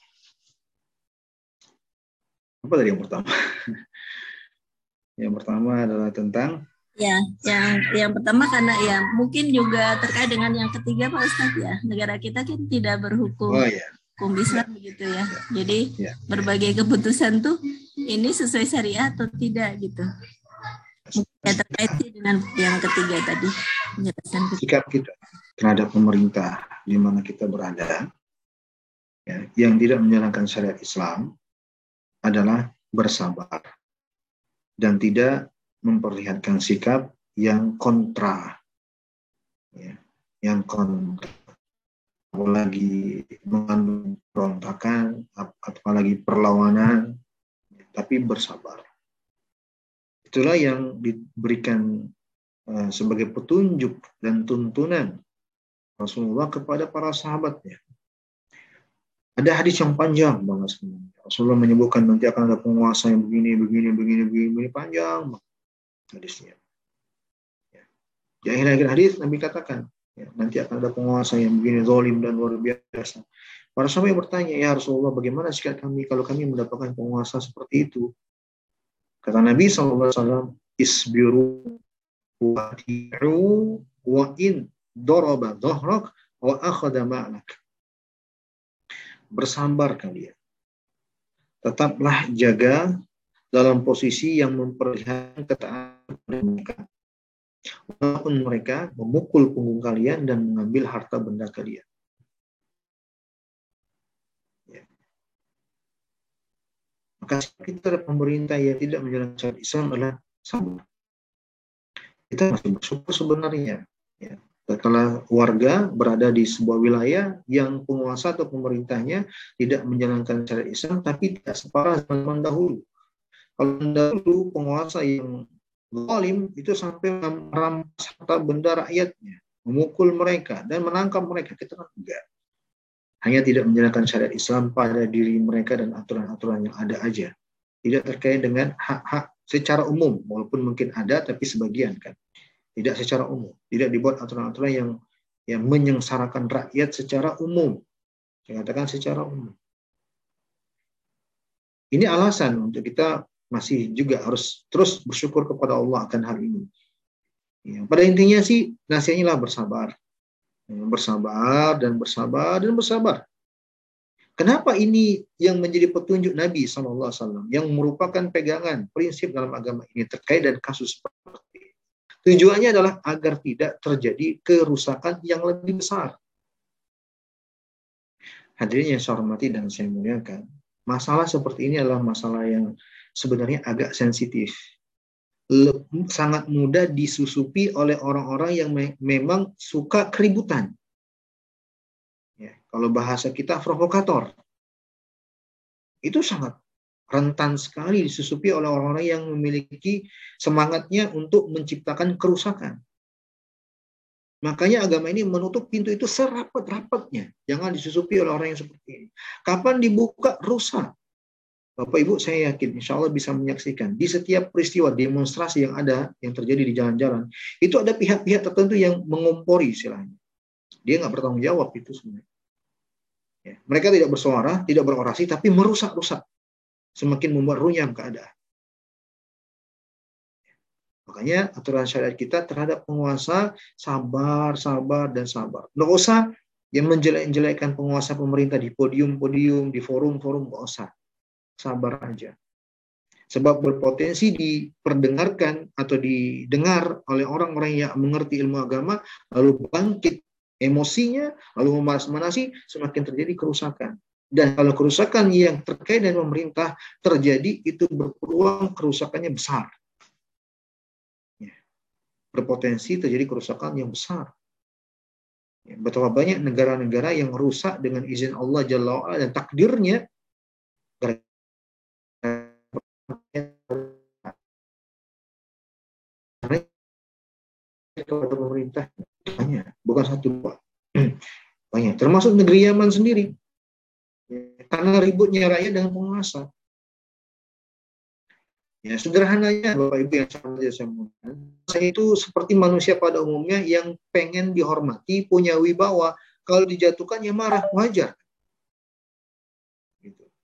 apa tadi yang pertama? Yang pertama adalah tentang ya, yang pertama karena ya mungkin juga terkait dengan yang ketiga Pak Ustadz ya, negara kita kan tidak berhukum hukum Islam begitu ya. Jadi berbagai keputusan tuh ini sesuai syariat atau tidak gitu. Ya terkait dengan yang ketiga tadi penjelasan sikap kita terhadap pemerintah di mana kita berada ya, yang tidak menjalankan syariat Islam adalah bersabar dan tidak memperlihatkan sikap yang kontra, ya, yang kontra, apalagi mengandung perontakan, apalagi perlawanan, tapi bersabar. Itulah yang diberikan sebagai petunjuk dan tuntunan Rasulullah kepada para sahabatnya. Ada hadis yang panjang banget sebenarnya. Rasulullah menyebutkan nanti akan ada penguasa yang begini, panjang hadisnya. Di akhir-akhir hadis Nabi katakan, ya, nanti akan ada penguasa yang begini zalim dan luar biasa. Para sahabat bertanya, ya Rasulullah, bagaimana sikap kami kalau kami mendapatkan penguasa seperti itu? Kata Nabi SAW, isbiru wa'ti'u wa in daraba dhahrak wa akhadha ma'lak. Bersabar kalian. Tetaplah jaga dalam posisi yang memperlihatkan ketaatan mereka. Walaupun mereka memukul punggung kalian dan mengambil harta benda kalian. Ya. Maka kita pemerintah yang tidak menjalankan syariat Islam adalah sabar. Kita masih bersyukur sebenarnya. Ya. Setelah warga berada di sebuah wilayah yang penguasa atau pemerintahnya tidak menjalankan syariat Islam, tapi tidak separah zaman dahulu. Kalau dahulu penguasa yang zalim itu sampai merampas harta benda rakyatnya, memukul mereka dan menangkap mereka. Kita kan enggak. Hanya tidak menjalankan syariat Islam pada diri mereka dan aturan-aturan yang ada aja. Tidak terkait dengan hak-hak secara umum, walaupun mungkin ada tapi sebagian kan. Tidak secara umum. Tidak dibuat aturan-aturan yang menyengsarakan rakyat secara umum. Saya katakan secara umum. Ini alasan untuk kita masih juga harus terus bersyukur kepada Allah akan hal ini. Ya, pada intinya sih nasihatnya lah bersabar. Bersabar dan bersabar dan bersabar. Kenapa ini yang menjadi petunjuk Nabi SAW yang merupakan pegangan prinsip dalam agama ini terkait dengan kasus seperti ini? Tujuannya adalah agar tidak terjadi kerusakan yang lebih besar. Hadirin yang saya hormati dan saya muliakan, masalah seperti ini adalah masalah yang sebenarnya agak sensitif. Sangat mudah disusupi oleh orang-orang yang memang suka keributan. Ya, kalau bahasa kita provokator. Itu sangat rentan sekali disusupi oleh orang-orang yang memiliki semangatnya untuk menciptakan kerusakan. Makanya agama ini menutup pintu itu serapat-rapatnya. Jangan disusupi oleh orang yang seperti ini. Kapan dibuka, rusak. Bapak Ibu, saya yakin insya Allah bisa menyaksikan di setiap peristiwa demonstrasi yang ada, yang terjadi di jalan-jalan, itu ada pihak-pihak tertentu yang mengompori istilahnya. Dia nggak bertanggung jawab itu sebenarnya. Ya, mereka tidak bersuara, tidak berorasi, tapi merusak-rusak. Semakin membuat runyam keadaan. Makanya aturan syariat kita terhadap penguasa sabar, sabar, dan sabar. Nggak usah yang menjelek-jelekkan penguasa pemerintah di podium-podium, di forum-forum, nggak usah. Sabar aja. Sebab berpotensi diperdengarkan atau didengar oleh orang-orang yang mengerti ilmu agama, lalu bangkit emosinya, lalu memanas-manasi, semakin terjadi kerusakan. Dan kalau kerusakan yang terkait dengan pemerintah terjadi, itu berpeluang kerusakannya besar. Ya. Berpotensi terjadi kerusakan yang besar. Ya. Betapa banyak negara-negara yang rusak dengan izin Allah Jalla wa'ala dan takdirnya kepada pemerintah banyak, bukan satu dua. Banyak, termasuk negeri Yaman sendiri. Karena ributnya rakyat dengan penguasa. Ya, sederhananya Bapak Ibu yang saya muliakan, saya itu seperti manusia pada umumnya yang pengen dihormati, punya wibawa. Kalau dijatuhkan ya marah, wajar. Gitu.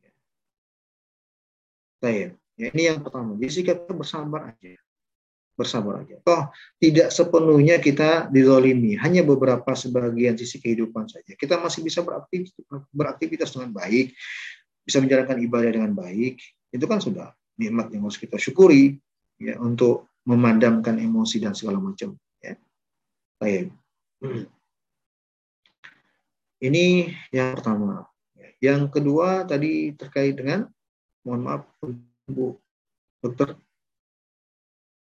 Ya, ini yang pertama. Jadi kita bersabar aja. Bersabar aja. Toh tidak sepenuhnya kita dizalimi, hanya beberapa sebagian sisi kehidupan saja. Kita masih bisa beraktivitas dengan baik, bisa menjalankan ibadah dengan baik. Itu kan sudah nikmat yang harus kita syukuri ya, untuk memadamkan emosi dan segala macam. Ya. Baik. Ini yang pertama. Yang kedua tadi terkait dengan, mohon maaf Bu Dokter.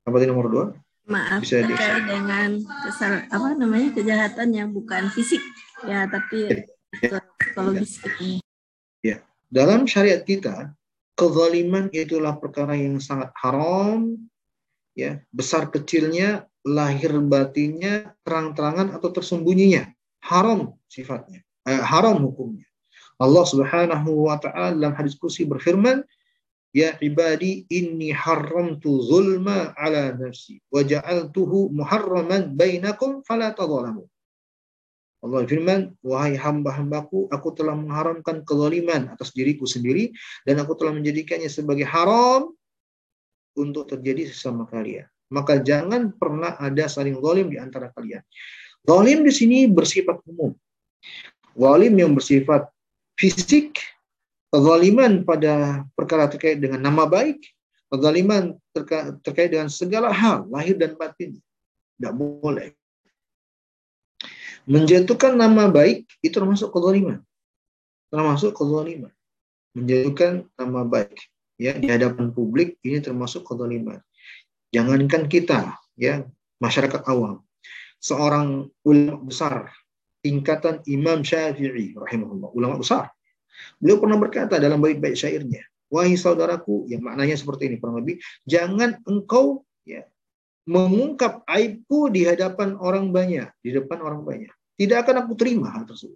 Apa tadi nomor 2? Maaf, Bisa terkait dengan kejahatan yang bukan fisik ya, tapi psikologis. Ya, dalam syariat kita, kezaliman itulah perkara yang sangat haram, ya, besar kecilnya, lahir batinnya, terang-terangan atau tersembunyinya, haram sifatnya, haram hukumnya. Allah Subhanahu wa taala dalam hadis qudsi berfirman, ya ibadi inni haramtu zulma ala nafsi wa ja'altuhu muharraman bainakum fala tadzalamu. Allah firman, wahai hamba-hambaku, aku telah mengharamkan kezaliman atas diriku sendiri dan aku telah menjadikannya sebagai haram untuk terjadi sesama kalian. Maka jangan pernah ada saling zalim di antara kalian. Zalim di sini bersifat umum. Zalim yang bersifat fisik, kezaliman pada perkara terkait dengan nama baik, kezaliman terkait dengan segala hal, lahir dan batin. Tidak boleh. Menjatuhkan nama baik itu termasuk kezaliman. Termasuk kezaliman. Menjatuhkan nama baik, ya, di hadapan publik ini termasuk kezaliman. Jangankan kita, ya, masyarakat awam. Seorang ulama besar, tingkatan Imam Syafi'i rahimahullah, ulama besar. Beliau pernah berkata dalam bait-bait syairnya, wahai saudaraku, yang maknanya seperti ini kurang lebih, jangan engkau, ya, mengungkap aibku di hadapan orang banyak, di depan orang banyak. Tidak akan aku terima hal tersebut.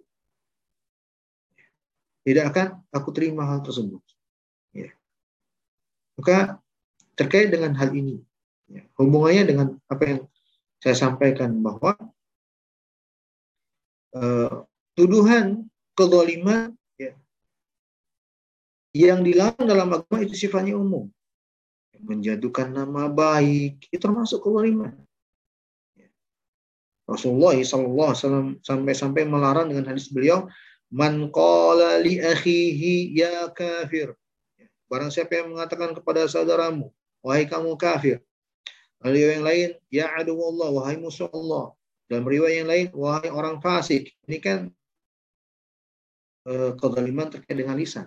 Tidak akan aku terima hal tersebut. Ya. Maka terkait dengan hal ini, ya, hubungannya dengan apa yang saya sampaikan bahwa tuduhan kezaliman, ya, yang dilarang dalam agama itu sifatnya umum. Menjatuhkan nama baik itu termasuk kezaliman. Rasulullah SAW sampai melarang dengan hadis beliau, man qala li akhihi ya kafir. Barang siapa yang mengatakan kepada saudaramu, wahai kamu kafir. Lalu yang lain, ya aduwallah, wahai musuh Allah. Dalam riwayat yang lain, wahai orang fasik. Ini kan kezaliman terkait dengan lisan.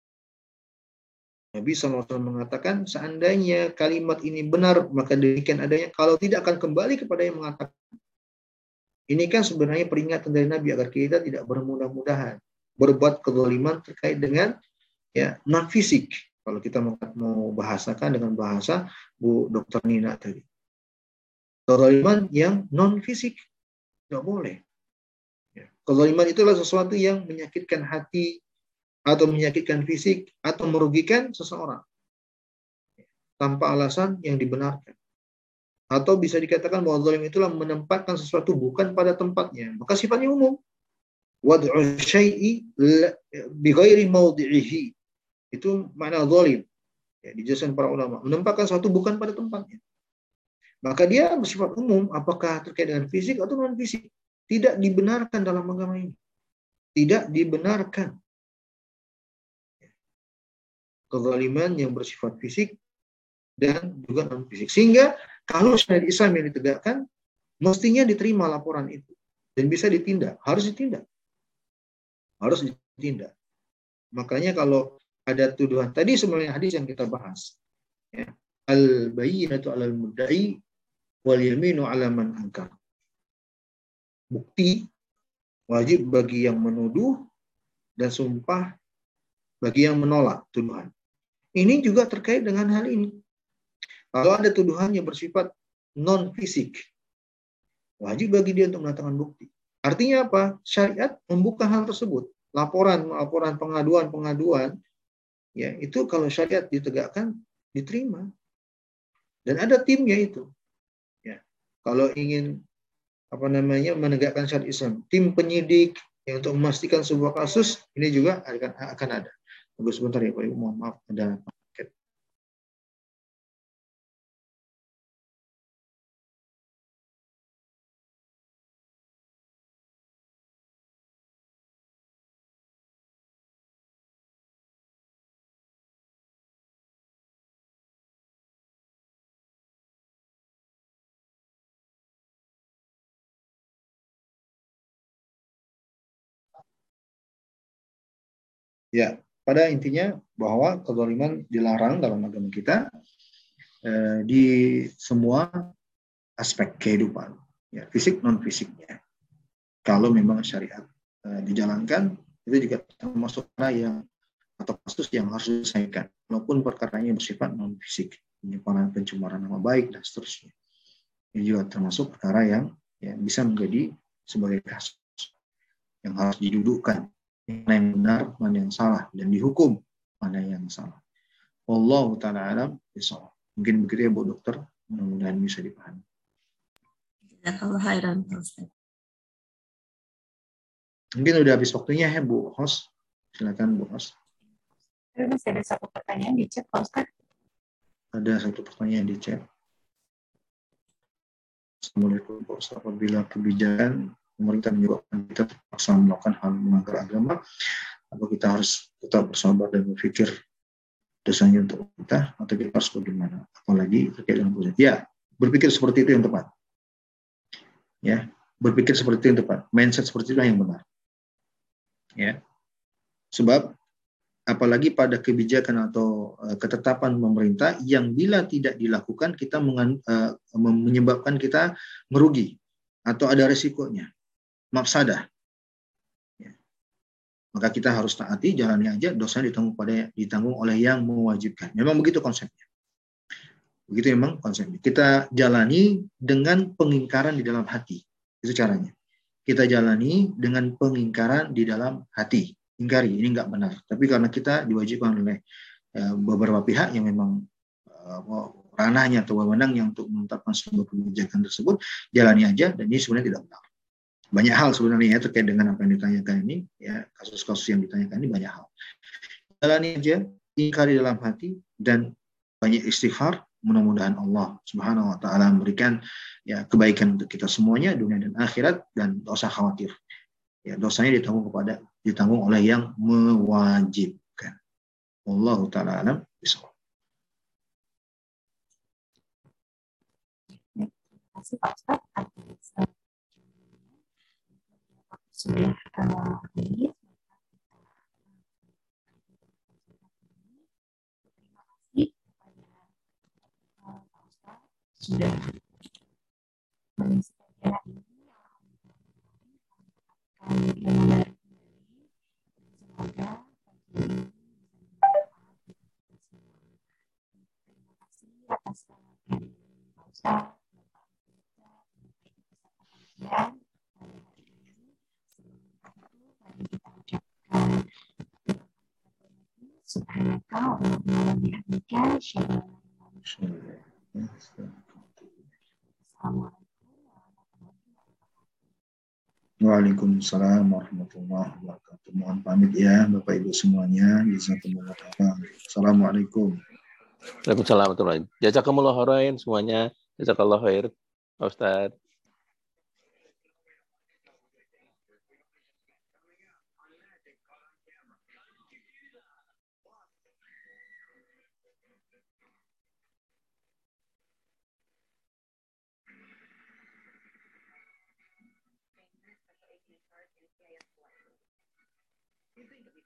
Nabi SAW mengatakan, seandainya kalimat ini benar, maka demikian adanya. Kalau tidak akan kembali kepada yang mengatakan. Ini kan sebenarnya peringatan dari Nabi agar kita tidak bermudah-mudahan berbuat kezaliman terkait dengan, ya, non fisik. Kalau kita mau bahasakan dengan bahasa Bu Dr. Nina tadi, kezaliman yang non fisik nggak boleh. Ya. Kezaliman itulah sesuatu yang menyakitkan hati atau menyakitkan fisik atau merugikan seseorang tanpa alasan yang dibenarkan. Atau bisa dikatakan bahwa zalim itulah menempatkan sesuatu bukan pada tempatnya. Maka sifatnya umum. Wad'u syai'i bighairi mawdi'ihi. Itu makna zalim. Ya, dijelaskan para ulama. Menempatkan sesuatu bukan pada tempatnya. Maka dia bersifat umum, apakah terkait dengan fisik atau non fisik. Tidak dibenarkan dalam agama ini. Tidak dibenarkan. Kezaliman yang bersifat fisik dan juga non fisik. Sehingga kalau syariat Islam yang ditegakkan, mestinya diterima laporan itu dan bisa ditindak, harus ditindak. Harus ditindak. Makanya kalau ada tuduhan tadi sebenarnya hadis yang kita bahas, ya, al-bayyinatu 'alal mudda'i wal yaminu 'ala man ankar. Bukti wajib bagi yang menuduh dan sumpah bagi yang menolak tuduhan. Ini juga terkait dengan hal ini. Kalau ada tuduhan yang bersifat non fisik, wajib bagi dia untuk mendatangkan bukti. Artinya apa? Syariat membuka hal tersebut. Laporan, pengaduan, ya, itu kalau syariat ditegakkan, diterima. Dan ada timnya itu. Ya. Kalau ingin menegakkan syariat Islam, tim penyidik yang untuk memastikan sebuah kasus, ini juga akan ada. Tunggu sebentar ya Pak Ibu, mohon maaf ada paket. Ya, pada intinya bahwa kezaliman dilarang dalam agama kita. di semua aspek kehidupan, ya, fisik non fisiknya. Kalau memang syariat dijalankan, itu juga termasuk perkara yang atau kasus yang harus diselesaikan, walaupun perkaranya bersifat non fisik, penyimpanan pencemaran nama baik dan seterusnya. Ini juga termasuk perkara yang ya, bisa menjadi sebagai kasus yang harus didudukkan, mana yang benar, mana yang salah, dan dihukum mana yang salah. Wallahu ta'ala alam bishawab. Mungkin begitu ya Bu Dokter, mudah-mudahan bisa dipahami. Jazakallah khairan, Pak Ustaz. Mungkin udah habis waktunya ya Bu Host. Silakan Bu Host. Masih ada satu pertanyaan di chat, Pak Ustaz. Ada satu pertanyaan di chat. Assalamualaikum Pak Ustaz. Apabila kebijakan pemerintah menyebabkan kita terpaksa melakukan hal melanggar agama, apa kita harus tetap bersabar dan berpikir dosanya untuk kita, atau kita harus bagaimana? Apalagi terkait dengan positif. Ya, berpikir seperti itu yang tepat. Ya, berpikir seperti itu yang tepat. Mindset seperti itu yang benar. Ya, sebab apalagi pada kebijakan atau ketetapan pemerintah yang bila tidak dilakukan kita menyebabkan kita merugi atau ada resikonya, mafsadah. Ya. Maka kita harus taati, jalani aja, dosanya ditanggung oleh yang mewajibkan. Memang begitu konsepnya. Begitu memang konsepnya. Kita jalani dengan pengingkaran di dalam hati. Itu caranya. Kita jalani dengan pengingkaran di dalam hati. Ingkari, ini nggak benar. Tapi karena kita diwajibkan oleh beberapa pihak yang memang ranahnya atau wewenangnya untuk menetapkan sebuah kebijakan tersebut, jalani aja, dan ini sebenarnya tidak benar. Banyak hal sebenarnya ya terkait dengan apa yang ditanyakan ini, ya, kasus-kasus yang ditanyakan ini banyak hal. Jalani aja, ingkari dalam hati, dan banyak istighfar. Mudah-mudahan Allah Subhanahu wa taala memberikan ya kebaikan untuk kita semuanya dunia dan akhirat, dan tak usah khawatir. Ya, dosanya ditanggung oleh yang mewajibkan. Wallahu taala alam bishawab. Terima kasih Pak Ustaz atas sudah hadir. Terima kasih kepada Pak Ustaz sudah mengisi kajian ini. Kami ilmu dari semoga kajian ini bisa bermanfaat. Terima kasih atas kehadiran Pak Ustaz. Dan subhanaka wa bihamdika asyhadu an la ilaha illa anta. Waalaikumsalam warahmatullahi wabarakatuh. Mohon pamit ya Bapak Ibu semuanya. Jazakumullah khairan. Assalamualaikum. Waalaikumsalam warahmatullahi wabarakatuh. Jazakumullah khairan semuanya. Jazakallah khair, Pak Ustaz. You think